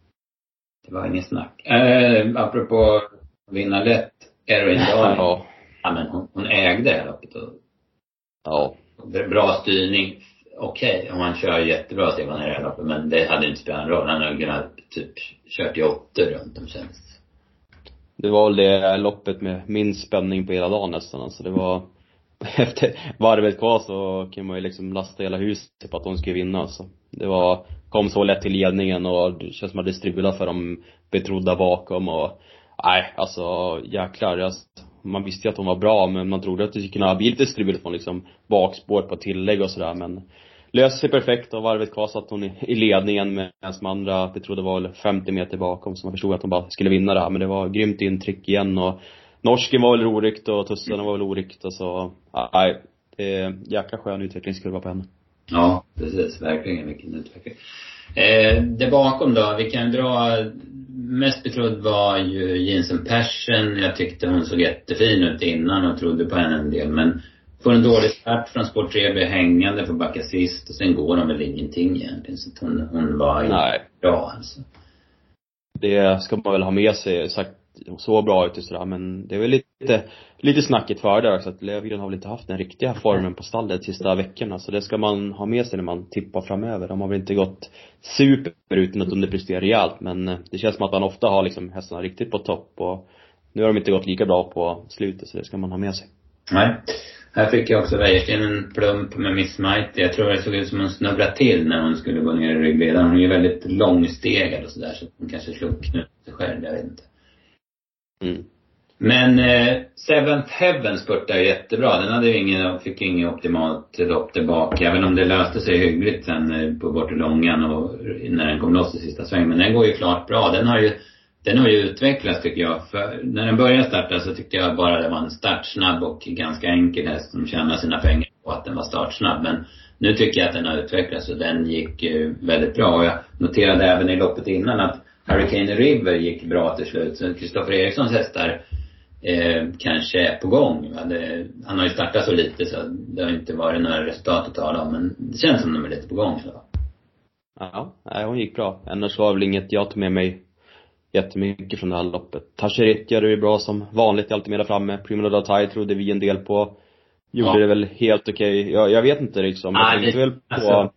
Det var ingen snack. Eh, apropå vinna lätt, Erin Dahl. ja. ja, men hon, hon ägde det här loppet. Och ja. Bra styrning. Okej, okay, om han kör jättebra så var han i det här loppet. Men det hade inte spelat en roll. Han hade kunnat typ kört i åtta runt om känns. Det var väl det loppet med minst spänning på hela dagen nästan. Alltså det var efter varvet kvar så kan man ju liksom lasta hela huset på att de skulle vinna. Så det var, kom så lätt till ledningen och det känns som att det strulade för de betrodda bakom. Och nej, alltså jäklar. Alltså, man visste ju att de var bra, men man trodde att det skulle kunna bli lite strul från liksom bakspår på tillägg och sådär. Men löste sig perfekt och varvet kvar satt hon i, i ledningen medan de andra, vi trodde var femtio meter bakom, så man förstod att hon bara skulle vinna det här. Men det var grymt intryck igen och norsken var väl orikt och tussarna var väl orikt och så, nej, det är jäkla skön utvecklingskurva på henne. Ja, precis, verkligen vilken utveckling. Eh, det bakom då, vi kan dra, mest betrodd var ju Jensen Persson. Jag tyckte hon såg jättefin ut innan och trodde på henne en del, men får en dålig start från sport tre, blir hängande för backa sist och sen går de väl ingenting egentligen, så hon, hon var Nej. bra alltså. Det ska man väl ha med sig, sagt så bra ut och sådär, men det är väl lite lite snackigt för det också, att Lövgren har väl inte haft den riktiga formen på stallet sista veckorna, så det ska man ha med sig när man tippar framöver. De har väl inte gått super utan att underprestera rejält, men det känns som att man ofta har liksom hästarna riktigt på topp, och nu har de inte gått lika bra på slutet, så det ska man ha med sig. Nej. Här fick jag också Wäjersten en plump med Miss Mighty. Jag tror det såg ut som hon snubblade till när hon skulle gå ner i ryggledaren. Hon är ju väldigt långstegad och sådär, så hon kanske slog knut sig själv, jag vet inte. Mm. Men eh, Seventh Heaven spurtade jättebra. Den hade ju ingen, fick ju ingen optimalt lopp tillbaka, även om det löste sig hyggligt sen eh, på bort långan och när den kom loss i sista sväng. Men den går ju klart bra. Den har ju Den har ju utvecklats tycker jag. För när den började starta så tyckte jag bara det var en startsnabb och ganska enkel häst som tjänade sina pengar på att den var startsnabb. Men nu tycker jag att den har utvecklats och den gick väldigt bra. Och jag noterade även i loppet innan att Hurricane River gick bra till slut. Så Kristoffer Erikssons hästar eh, kanske är på gång. Det, han har ju startat så lite så det har inte varit några resultat att tala om. Men det känns som de är lite på gång. Så. Ja, hon gick bra. Annars var väl inget jag tog med mig jättemycket från det här loppet. Tasherit gör det ju bra som vanligt, alltid med där framme. Primo Datai trodde vi en del på. Gjorde ja. det väl helt okej. Okay. Jag, jag vet inte liksom. Jag Nej, tänkte det, väl på... Alltså,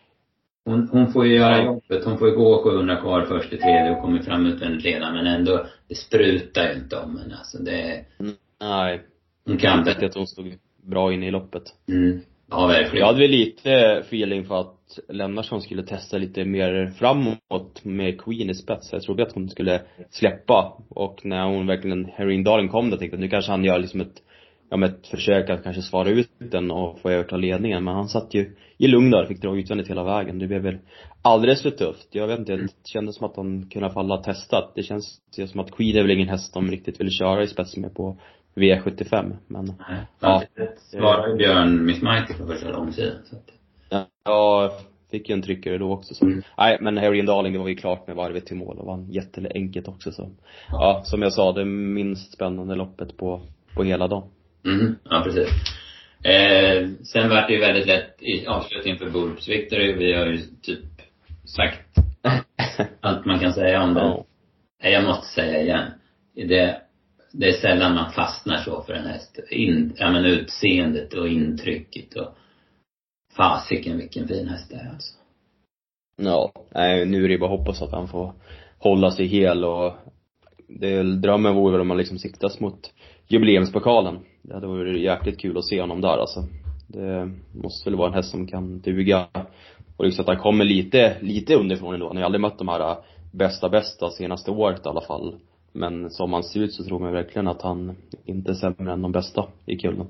hon, hon får ju göra jobbet. Hon får ju gå sjuhundra kvar först i tredje och kommer fram utvändigt redan. Men ändå, det sprutar ju inte om henne. Alltså det... Nej. Hon kan inte att hon stod bra inne i loppet. Mm. Ja, verkligen. Jag hade väl lite feeling för att Lennarsson skulle testa lite mer framåt med Queen i spets. Jag trodde att hon skulle släppa. Och när hon verkligen, Herring Darling kom där, tänkte jag nu kanske han gör liksom ett, ja, med ett försök att kanske svara ut den och få överta ledningen. Men han satt ju i lugn där, fick dra utvändigt hela vägen. Det blev väl alldeles för tufft. Jag vet inte, det kändes som att han kunde falla testat. Det känns som att Queen är väl ingen häst som riktigt vill köra i spets med på V sjuttiofem, men nej, ja, svarade Björn Miss Mighty på första långsidan så att... ja, jag fick ju en tryckare då också så. Mm. Nej, men Harry Darling, det var ju klart med varvet till mål och vann jätteenkelt också så. Ja. ja, som jag sa, det minst spännande loppet på på hela dagen. Mm, ja, precis. Eh, sen var det ju väldigt lätt i avslutningen för Bulbs Victory. Vi har ju typ sagt allt man kan säga om det. Ja. Jag måste säga igen. Det Det är sällan man fastnar så för en häst. In, ja, men utseendet och intrycket och fasiken vilken fin häst det är alltså. Ja, nej, nu är det bara hoppas att han får hålla sig hel och det är, drömmen vore väl om man liksom siktas mot jubileumspokalen. Det hade varit jäkligt kul att se honom där alltså. Det måste väl vara en häst som kan duga och liksom att han kommer lite, lite underifrån ändå. Han har ju aldrig mött de här bästa bästa senaste året i alla fall. Men som han ser ut så tror man verkligen att han inte är sämre än de bästa i kullen.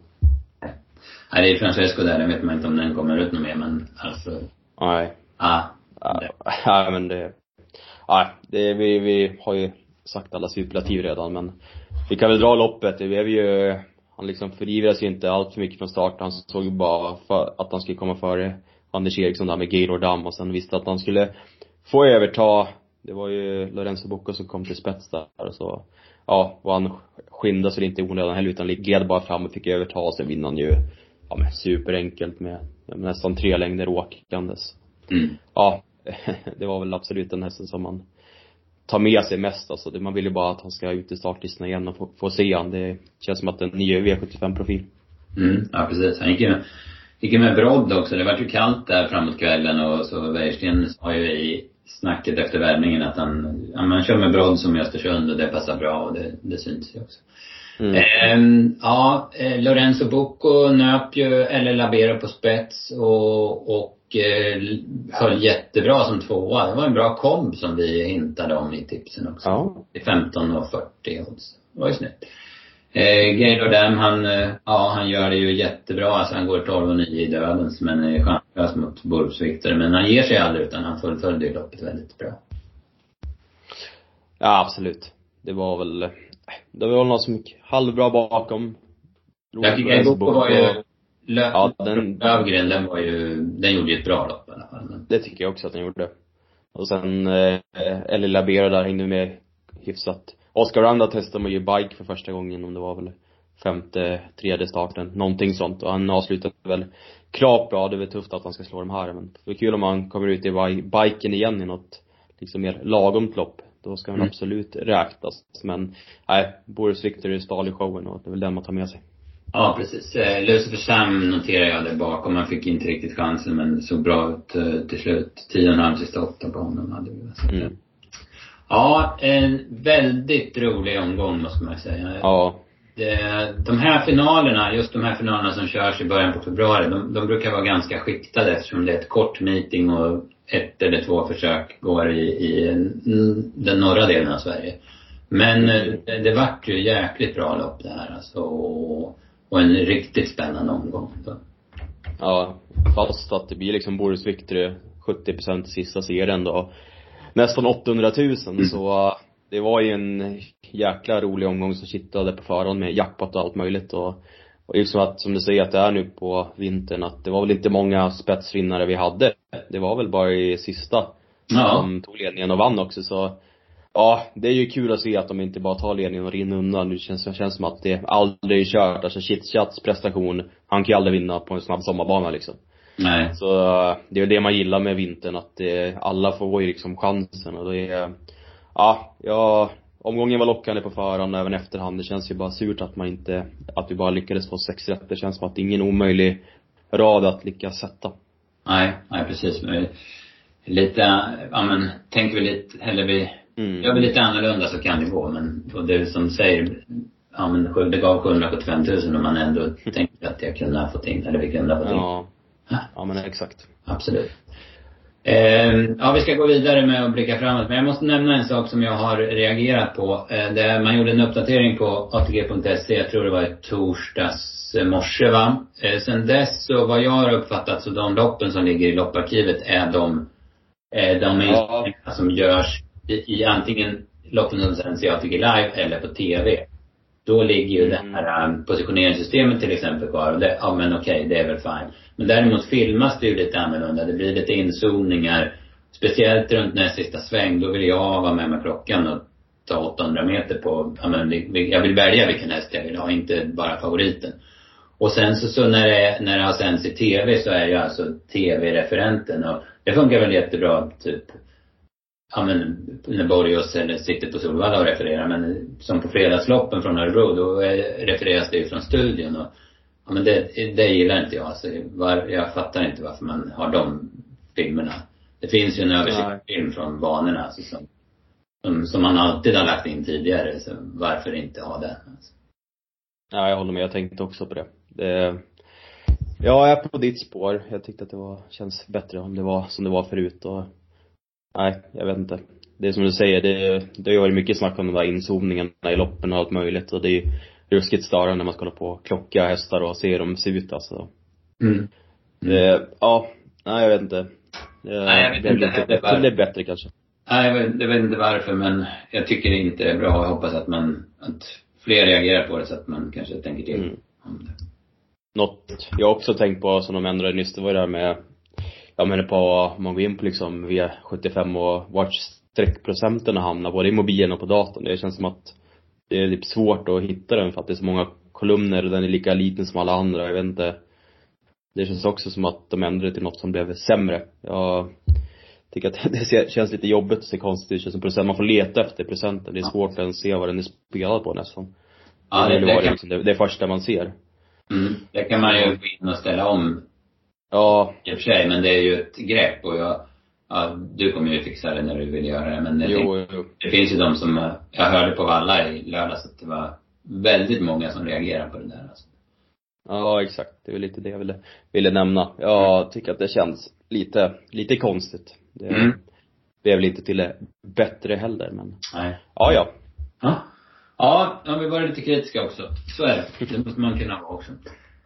Nej, det är Francesco där. Jag vet inte om den kommer ut något mer, men alltså... Nej. Ah, nej. Nej, men det... Nej, det, vi, vi har ju sagt alla superlativ redan, men vi kan väl dra loppet. Det är ju... Han liksom förivras ju inte allt för mycket från start. Han såg ju bara för att han skulle komma före Anders Eriksson där med Gaylord Dam och sen visste att han skulle få överta. Det var ju Lorenzo Bocco som kom till spets där och så, ja, och han skindade så det inte onödan heller utan gled bara fram och fick överta och sen vinner han ju, ja, men superenkelt med, med nästan tre längder åkandes. Mm. Ja, det var väl absolut den hästen som man tar med sig mest alltså. Man vill ju bara att han ska ut i startlistan igen och få, få se han. Det känns som att en ny V sjuttiofem-profil. Mm, ja, precis. Han gick ju, gick med brodd också. Det var ju kallt där framåt kvällen och så Wäjersten sa ju i snacket efter värmningen att han, ja, man kör med brodd som i Östersund och det passar bra och det, det syns ju också. Mm. Eh, ja, eh, Lorenzo Bocco nöp ju eller Labero på spets och, och eh, höll jättebra som tvåa. Det var en bra komb som vi hintade om i tipsen också. Ja. I femton och fyrtio odds. Det var ju snyggt. Eh, Gaylord Dam, han, eh, ja, han gör det ju jättebra. Alltså han går tolv och nio i dödens, men eh, nervös mot Boråsviktare. Men han ger sig aldrig, utan han fullföljde loppet väldigt bra. Ja, absolut. Det var väl, det var väl något som gick halvbra bakom. Jag tycker Ego var ju Lö- ja, den, Lövgren, den var ju, den gjorde ju ett bra lopp i alla fall. Men... Det tycker jag också att den gjorde. Och sen eh, Eli Labero där hängde med hyfsat. Oscar Randa testade man ju bike för första gången, om det var väl femte, tredje starten, någonting sånt. Och han avslutade väl klart bra. Det är väl tufft att han ska slå de här, men det är kul om han kommer ut i biken igen i något liksom mer lagom lopp. Då ska han mm. absolut räknas. Men nej, Boråsviktare stal i showen, och det är väl den man tar med sig. Ja, precis. Lucifer Sam noterar jag där bakom. Man fick inte riktigt chansen, men såg bra ut till slut. tio och en halv sista åtta på honom hade vi. Mm. Ja, en väldigt rolig omgång måste man säga. Ja. Det, de här finalerna, just de här finalerna som körs i början på februari, de, de brukar vara ganska skiktade eftersom det är ett kort meeting och ett eller två försök går i, i den norra delen av Sverige. Men det, det vart ju jäkligt bra lopp det här alltså, och, och en riktigt spännande omgång. Så. Ja, fast att det blir liksom Boråsviktare sjuttio procent i sista serien då. Nästan åttahundratusen, mm. så det var ju en jäkla rolig omgång som kittade på förhand med jackpot och allt möjligt. Och, och liksom att, som du säger, att det är nu på vintern, att det var väl inte många spetsvinnare vi hade. Det var väl bara i sista ja. som tog ledningen och vann också. Så ja, det är ju kul att se att de inte bara tar ledningen och rinner undan. Det känns, det känns som att det aldrig är kört. Alltså Chitchats prestation, han kan ju aldrig vinna på en snabb sommarbana liksom. Nej. Så det är det man gillar med vintern, att det, alla får ju liksom chansen. Och det är, ja, ja, omgången var lockande på förhand och även efterhand. Det känns ju bara surt att man inte, att vi bara lyckades få sex rätt. Det känns som att det är ingen omöjlig rad att lyckas sätta. Nej, nej precis. Lite, ja men, tänker vi lite, eller vi mm. gör vi lite annorlunda så kan det gå. Men, och det som säger, ja men det gav sjuhundrasjuttiofem tusen och man ändå tänkte att jag kunde ha fått in, eller vi kunde ha fått in. Ja. Ja, men exakt. Absolut. Eh, ja, vi ska gå vidare med att blicka framåt. Men jag måste nämna en sak som jag har reagerat på. Eh, där man gjorde en uppdatering på A T G punkt se. Jag tror det var i torsdags morse, va? Eh, sen dess, så vad jag har uppfattat, så de loppen som ligger i lopparkivet är de, eh, de ja. som görs i, i antingen loppen som sänds i A T G Live eller på tv. Då ligger ju mm. det här um, positioneringssystemet till exempel kvar. Och det, ja men okej, okay, det är väl fine. Men däremot filmas det ju lite annorlunda. Det blir lite inzoomningar. Speciellt runt nästa sista sväng. Då vill jag vara med med klockan och ta åttahundra meter på. Ja, men jag vill välja vilken häst jag vill ha, inte bara favoriten. Och sen så, så när, det, när det har sänds i tv så är jag alltså tv-referenten. Och det funkar väl jättebra typ. Ja men när Borgos eller sitter på Solvalla och refererar. Men som på fredagsloppen från Örebro, då refereras det ju från studion. Och ja men det, det gillar inte jag alltså, var, jag fattar inte varför man har de filmerna. Det finns ju en översiktsfilm från banorna alltså, som, som, som man alltid har lagt in tidigare. Så varför inte ha den alltså. Ja, jag håller med, jag tänkte också på det, det ja, jag är på ditt spår. Jag tyckte att det var, känns bättre om det var som det var förut. Och nej, jag vet inte. Det är som du säger, det, det har varit mycket snack om de där inzoomningarna i loppen och allt möjligt. Och det är ruskigt störande när man ska hålla på klocka hästar och se dem se ut alltså. Mm. Mm. Det, ja, nej jag vet inte. Det, nej, jag vet det, inte. Lite, det, var... det är bättre kanske. Nej, jag vet, jag vet inte varför, men jag tycker det inte är bra. Jag hoppas att man, att fler reagerar på det så att man kanske tänker till mm. om det. Något jag också tänkt på som de ändrade nyss, det var det där med, jag menar på, man går in på liksom V sjuttiofem och vart streckprocenten hamnar både i mobilen och på datorn. Det känns som att det är typ svårt att hitta den för att det är så många kolumner och den är lika liten som alla andra. Jag vet inte. Det känns också som att de ändrade till något som blev sämre. Jag tycker att det känns lite jobbigt och ser konstigt. Det känns som procent. Man får leta efter procenten. Det är svårt att ens se vad den är spelad på nästan. Ja, det, det, det, kan... liksom det, det första man ser. Mm. Det kan man ju gå in och ställa om. Ja. I och för sig, men det är ju ett grepp och jag, ja, du kommer ju fixa det när du vill göra det. Men jo, det, jo. det finns ju de som, jag hörde på Valla i lördags att det var väldigt många som reagerar på det där alltså. Ja, exakt. Det är lite det jag ville, ville nämna. Jag tycker att det känns lite, lite konstigt. Det mm. blev väl inte till det bättre heller, men nej. Ja, ja. Ja, ja, ja vi var lite kritiska också. Så är det. Det måste man kunna vara också.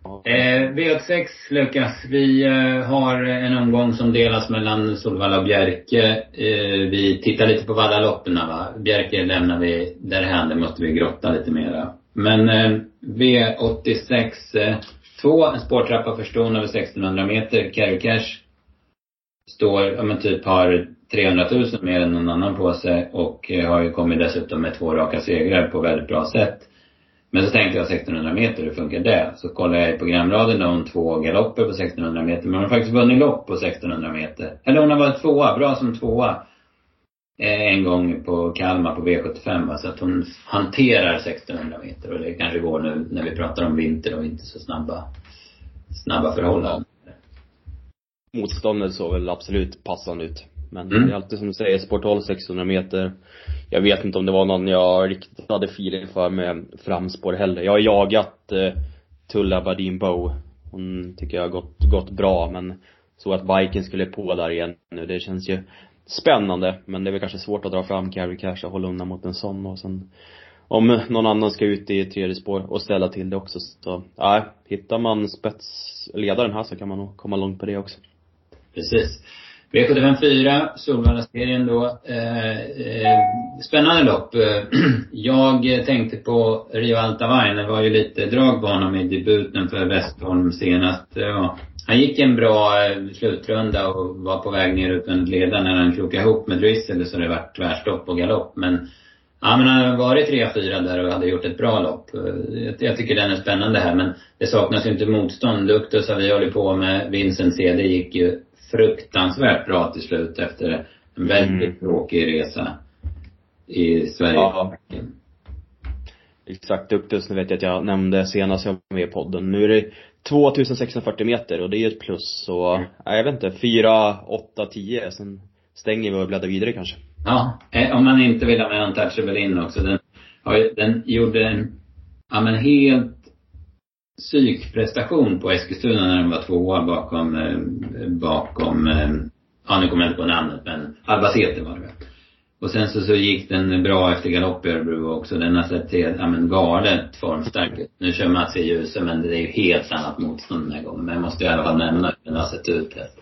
Eh, V åttiosex, Lukas, vi eh, har en omgång som delas mellan Solvalla och Bjerke. Eh, vi tittar lite på Vallaloppen, va? Bjerke lämnar vi därhän, det måste vi grotta lite mera. Men eh, V åttiosex, eh, två, en spårtrappa för ston över sextonhundra meter, Carry Cash. Står, ja men typ har trehundratusen mer än någon annan på sig. Och eh, har ju kommit dessutom med två raka segrar på väldigt bra sätt. Men så tänkte jag sextonhundra meter, hur funkar det? Så kollade jag i programraden om två galopper på sextonhundra meter. Men hon har faktiskt vunnit lopp på sextonhundra meter. Eller hon har varit tvåa, bra som tvåa. En gång på Kalmar på V sjuttiofem. Så att hon hanterar sextonhundra meter. Och det kanske går nu när vi pratar om vinter och inte så snabba, snabba förhållanden. Motståndet såg väl absolut passande ut. Men Mm. det är alltid som du säger, sport tolv sexhundra meter. Jag vet inte om det var någon jag riktigt hade feeling för med framspår heller. Jag har jagat eh, Tulla Badin Bow. Hon tycker jag har gått, gått bra. Men så att biken skulle på där igen nu, det känns ju spännande. Men det är väl kanske svårt att dra fram Carry Cash och hålla undan mot en sån. Och sen om någon annan ska ut i tredje spår och ställa till det också. Så nej, hittar man spetsledaren här så kan man nog komma långt på det också. Precis. V sjuttiofem fyra, Solvalla-serien då. Eh, eh, spännande lopp. Jag tänkte på Rio Altavain. Det var ju lite drag på honom i debuten för Westholm senast. Ja, han gick en bra eh, slutrunda och var på väg ner utan ledaren när han krokade ihop med Drizzle, så det var tvärstopp och galopp. Men ja, men han har varit tre fyra där och hade gjort ett bra lopp. Jag, jag tycker den är spännande här, men det saknas ju inte motstånd. Duktus har vi hållit på med. Vincent C, det gick ju fruktansvärt bra till slut efter en väldigt mm. tråkig resa i Sverige. Ja. Exakt, Duktus, nu vet jag att jag nämnde senast jag var med i podden. Nu är det tvåtusensexhundrafyrtio meter och det är ett plus. Så mm. jag vet inte, fyra, åtta, tio. Sen stänger vi och bläddrar vidare kanske. Ja, om man inte vill ha med Untouchable in också. Den, den gjorde en ja, men helt psykprestation på Eskilstuna när den var tvåa bakom, bakom ja nu kommer jag inte på namnet, men Albacete var det. Och sen så, så gick den bra efter galopp i Örebro också. Den har sett till, ja men galet formstark ut. Nu kör Mats i ljuset, men det är ju helt annat motstånd den här gången. Men jag måste i alla fall nämna att den har sett ut här.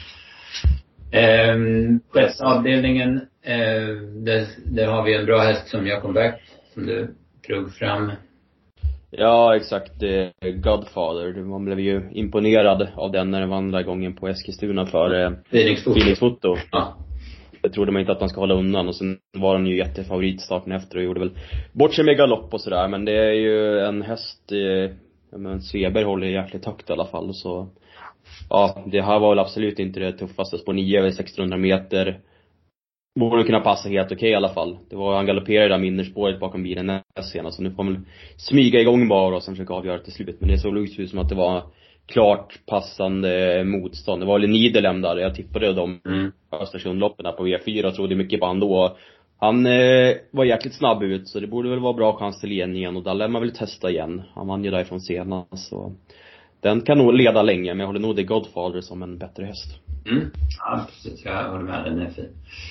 Ehm, chefsavdelningen, eh, det, det har vi en bra häst som jag kom back, som du drog fram. Ja, exakt. Godfather. Man blev ju imponerad av den när den vann där gången på Eskilstuna för eh, Phoenix Foto. Ja. Jag trodde man inte att man ska hålla undan. Och sen var den ju jättefavorit starten efter och gjorde väl bort sig med galopp och sådär. Men det är ju en häst, eh, men Sveberg håller jäkligt högt i alla fall. Så ja, det här var väl absolut inte det tuffaste. På nio över sextonhundra meter. Borde kunna passa helt okej okay, i alla fall. Det var, han galopperade där med innerspåret bakom bilen näst senast. Så nu får man väl smyga igång bara och sen försöka avgöra till slut. Men det såg ut som att det var klart passande motstånd. Det var väl Nidelem där. Jag tippade dem mm. Östersundloppen på V fyra och trodde mycket på han då. Han eh, var jäkligt snabb ut, så det borde väl vara bra chans till igen igen. Och där lär man väl testa igen. Han vann ju därifrån senast. Så den kan nog leda länge, men jag håller nog The Godfather som en bättre häst. Mm. Ja, precis. Jag håller med. Den är fin.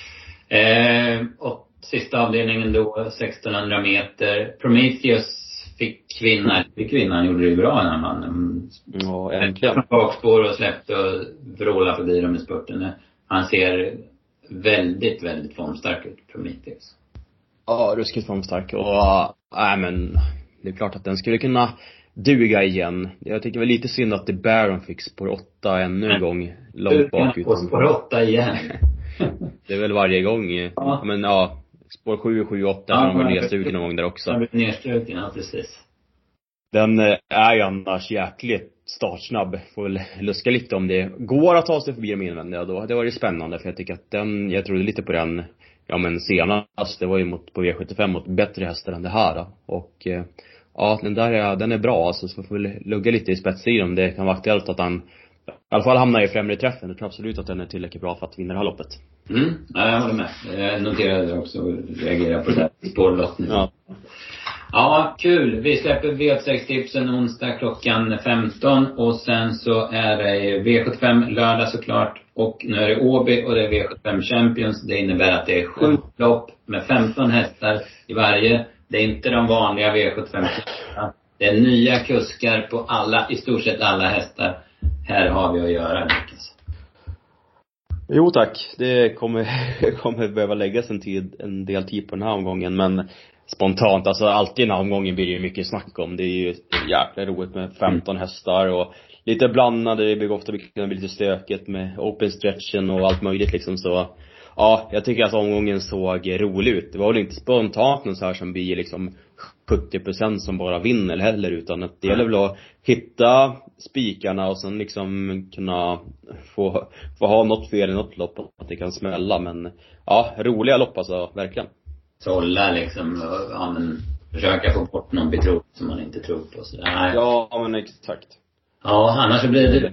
Eh, och sista avdelningen då, sextonhundra meter. Prometheus fick kvinna. Fick kvinnan gjorde det bra när man ja, äntligen bakspår och släppte och vrålade förbi dem i spurten. Han ser väldigt, väldigt formstark ut, Prometheus. Ja, ruskigt formstark. Och äh, men det är klart att den skulle kunna duga igen. Jag tycker väl lite synd att The Baron fick spår åtta ännu en gång långt bakut. Och spår åtta igen. Det är väl varje gång. Ja. Men ja, spår sju, sju, åtta ja, har de nedstruken någon gång där också. Han blir nedstruken, ja precis. Den är ju annars jäkligt startsnabb. Får väl luska lite om det går att ta sig förbi de invändiga då. Det var ju spännande, för jag tycker att den, jag trodde lite på den, ja men senast, det var ju mot, på V sjuttiofem mot bättre hästar än det här då. Och ja, den där är, den är bra alltså, så får vi lugga lite i spetssidan om det kan vara aktuellt att han i alla fall hamnar i främre träffen. Jag tror absolut att den är tillräckligt bra för att vinna det här loppet. Mm, ja, jag håller med. Jag noterade det också och reagerade på det här spårlottning. Ja. Ja, kul. Vi släpper V åttiosex-tipsen onsdag klockan femton. Och sen så är det V sjuttiofem lördag såklart. Och nu är det Åby och det är V sjuttiofem Champions. Det innebär att det är sju lopp med femton hästar i varje. Det är inte de vanliga V sjuttiofem. Det är nya kuskar på alla, i stort sett alla hästar. Här har vi att göra, Lukas. Jo tack, det kommer, kommer behöva läggas en, tid, en del tid på den här omgången. Men spontant, alltså alltid i den här omgången blir det ju mycket snack om. Det är ju jäkla roligt med femton hästar och lite blandade. Det blir ofta bli lite stökigt med open stretchen och allt möjligt liksom. Så ja, jag tycker att omgången såg rolig ut. Det var väl inte spontant någon så här som blir liksom sjuttio procent som bara vinner heller, utan att det gäller väl att hitta spikarna och sen liksom kunna få, få ha något fel i något lopp, att det kan smälla. Men ja, roliga lopp alltså, verkligen. Sålla liksom, ja men försöka få bort någon betro som man inte tror på. Så där. Ja, men exakt. Ja, annars så blir det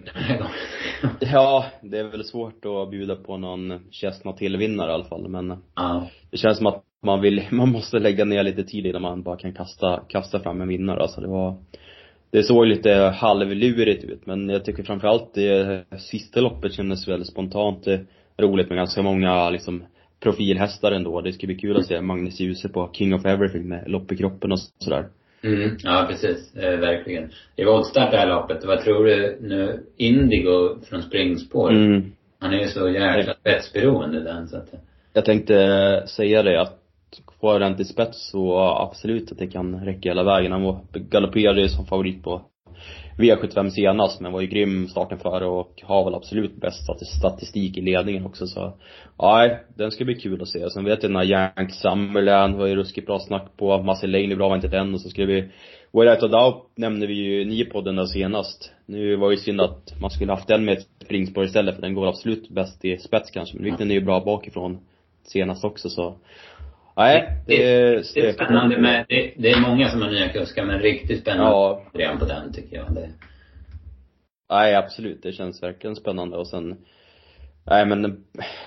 Ja, det är väl svårt att bjuda på någon Chestnut till vinnare i alla fall. Men ja. Det känns som att man vill, man måste lägga ner lite tid innan man bara kan kasta, kasta fram en vinnare. Alltså det var, det såg lite halvlurigt ut. Men jag tycker framförallt det sista loppet kändes väldigt spontant roligt med ganska många liksom profilhästar ändå. Det ska bli kul att se Magnus Djuse på King of Everything med lopp i kroppen och sådär. Mm, ja precis, eh, verkligen. Det var åtstart det här loppet. Vad tror du nu, Indigo från springspår? Mm. Han är ju så jäkla spetsberoende den så att... Jag tänkte säga det, att får den till spets så absolut att det kan räcka hela vägen. Han var galopperade som favorit på V sjuttiofem senast, men var ju grym starten före och har väl absolut bäst statistik i ledningen också. Så nej, den ska bli kul att se. Sen vet jag den här Yank Summerland var ju ruskigt bra snack på. Muscle Lane bra var inte den. Och så skulle vi Where Out of Doubt nämnde vi ju ni på den där senast. Nu var ju synd att man skulle haft den med ett springspår istället, för den går absolut bäst i spets kanske. Men vikten är ju bra bakifrån senast också, så nej, det, det, det är spännande med, det, det är många som har nya kuskar, men riktigt spännande ja. redan på den tycker jag det. Nej, absolut, det känns verkligen spännande. Och sen nej men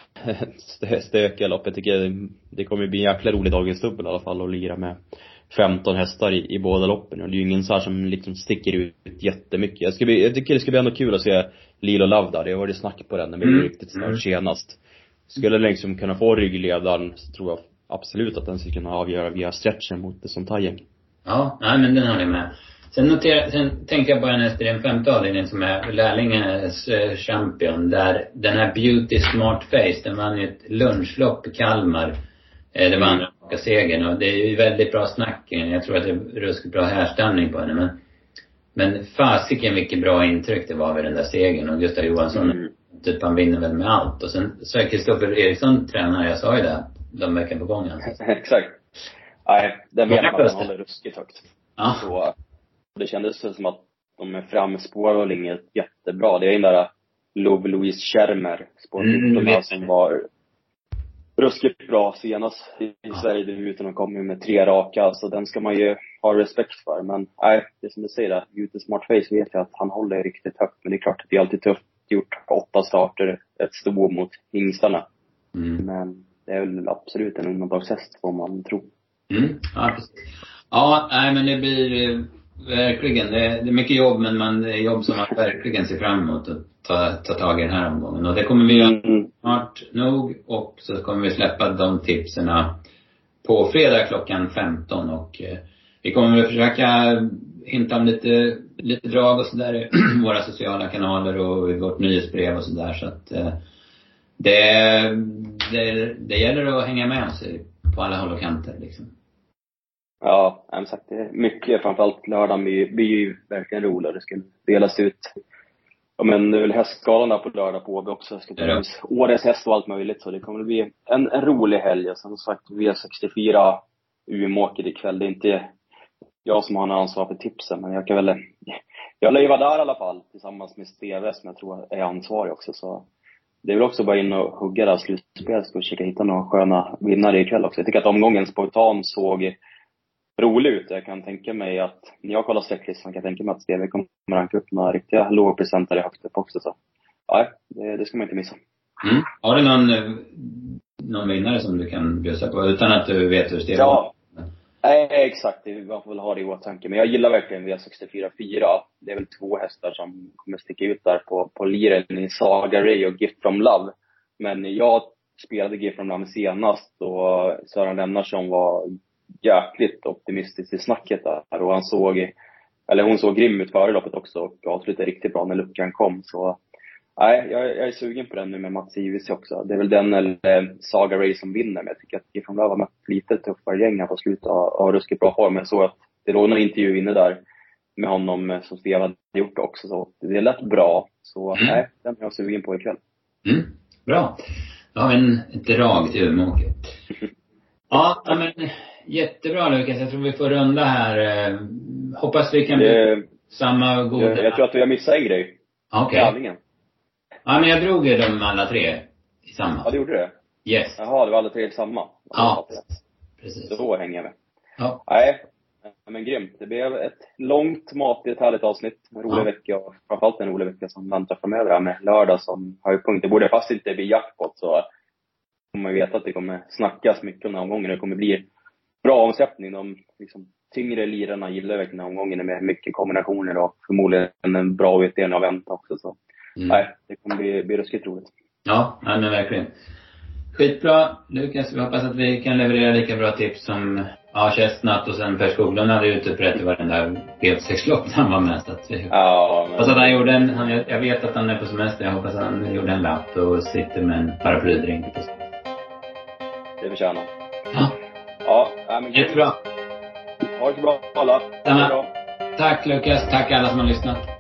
stökiga lopp, jag tycker det, det kommer bli en jäkla rolig dagens dubbel i alla fall, att lira med femton hästar i, i båda loppen. Och det är ju ingen så här som liksom sticker ut jättemycket. Jag, ska bli, jag tycker det ska bli ändå kul att se Lilo Love där. Det var det snack på den, den blev mm. riktigt snart mm. senast. Skulle liksom kunna få ryggledaren, så tror jag absolut att den ska kunna avgöra via stretchen mot det som gäng. Ja, nej men den har ni med. Sen, notera, sen tänkte jag på en efter den femte avdelningen som är Lärlingens eh, champion. Där den här Beauty Smart Face, den vann ju ett lunchlopp i Kalmar. Eh, det var andra raka segern. Och det är ju väldigt bra snack. Jag tror att det är ruskigt bra härstämning på henne. Men, men fasiken vilket bra intryck det var vid den där segern. Och Gustav Johansson, mm. typ han vinner väl med allt. Och sen så är Kristoffer Eriksson tränare, jag sa ju det. De verkar på gången. Exakt. Nej, den menar att den håller ruskigt högt. Ja. Så det kändes som att de är framspår och inget jättebra. Det är den där Love Louise Schermer spårfotbollen mm, som var ruskigt bra senast i ja. Sverige debuten och kom med tre raka. Så den ska man ju ha respekt för. Men nej, det som du säger där, Beauty Smart Face vet jag att han håller riktigt högt. Men det är klart att det är alltid tufft gjort åtta starter, ett sto mot hingstarna. Mm. Men det är väl absolut en undantagshäst får man tro. Mm. Ja, precis. Ja, nej men det blir verkligen, det är, det är mycket jobb, men man, det är jobb som man verkligen ser fram emot att ta, ta tag i den här omgången. Och det kommer vi göra mm. snart nog, och så kommer vi släppa de tipserna på fredag klockan femton. Och eh, vi kommer att försöka hinta om lite, lite drag och sådär i våra sociala kanaler och i vårt nyhetsbrev och sådär. Så att eh, det, det, det gäller att hänga med oss på alla håll och kanter liksom. Ja, jag har sagt det. Mycket, framförallt lördagen blir, blir ju verkligen roligt. Det ska delas ut. Ja, men det är väl hästskalan där på lördag på Åby också. Det ska ta ut årets häst och allt möjligt. Så det kommer att bli en, en rolig helg. Och som sagt, V sextiofyra Umeåker ikväll. Det är inte jag som har en ansvar för tipsen. Men jag kan väl, jag lär ju vara där i alla fall. Tillsammans med Steve som jag tror är ansvarig också. Så det är väl också bara in och hugga där slutspelet. Ska försöka hitta några sköna vinnare ikväll också. Jag tycker att omgången spontan såg rolig ut. Jag kan tänka mig att när jag kollar sträcklistan kan jag tänka mig att Steve kommer ranka upp några riktiga lågprocentare högt upp också. Så ja, det, det ska man inte missa. Mm. Har du någon, någon vinnare som du kan bjussa på utan att du vet hur Steve ja. Nej, exakt. Man får väl ha det i åtanke. Men jag gillar verkligen V sextiofyra fyra. Det är väl två hästar som kommer sticka ut där på, på liren i Saga Ray och Gift from Love. Men jag spelade Gift from Love senast och Sören Lennartsson var jäkligt optimistisk i snacket där. Och han såg eller hon såg grym ut före loppet också och avslutade riktigt bra när luckan kom. Så nej, jag, jag är sugen på den nu med Mats Ivis också. Det är väl den eller Saga Ray som vinner, men jag tycker att Ifrån Löv har mött lite tuffare gäng här på slutet och har ruskigt bra form. Men så att det låg någon intervju inne där med honom som Steve hade gjort också, så det är lätt bra. Så mm. nej, den är jag sugen på ikväll. Mm. Bra. Då har vi en, ett drag till Umeåker. Ja, men jättebra Lukas. Jag tror vi får runda här. Hoppas vi kan bli det, samma goda. Jag, jag tror att vi har missat en grej. Okej. Okay. Ja, men jag drog ju dem alla tre i samma. Ja, du gjorde det? Yes. Jaha, det var alla tre i samma. Ja, precis. Då hänger jag med. Ja. Nej, men grymt. Det blev ett långt, matigt, härligt avsnitt. En rolig ja. vecka och framförallt en rolig vecka som väntar framöver här med lördag som höjdpunkt. Det borde fast inte bli jackpot, så kommer man veta att det kommer snackas mycket om den här omgången. Det kommer bli bra omsättning. De liksom, tyngre lirarna gillar verkligen den här omgången med mycket kombinationer och förmodligen en bra utdelning av vänta också. Så mm. nej, det kommer bli, bli ruskigt roligt. Ja, nej, men verkligen. Skitbra, Lukas. Vi hoppas att vi kan leverera lika bra tips som ja, Chestnut och sen Per Skoglund hade ute på rätt var den där P sex-lopp han var med. Så att vi... Ja, men... Och så att han gjorde en, han, jag vet att han är på semester. Jag hoppas att han gjorde en lapp och sitter med en paraplydrink. Det förtjänar. Ja. Ja, men jättebra. Ha det bra alla. Tack Lukas, tack alla som har lyssnat.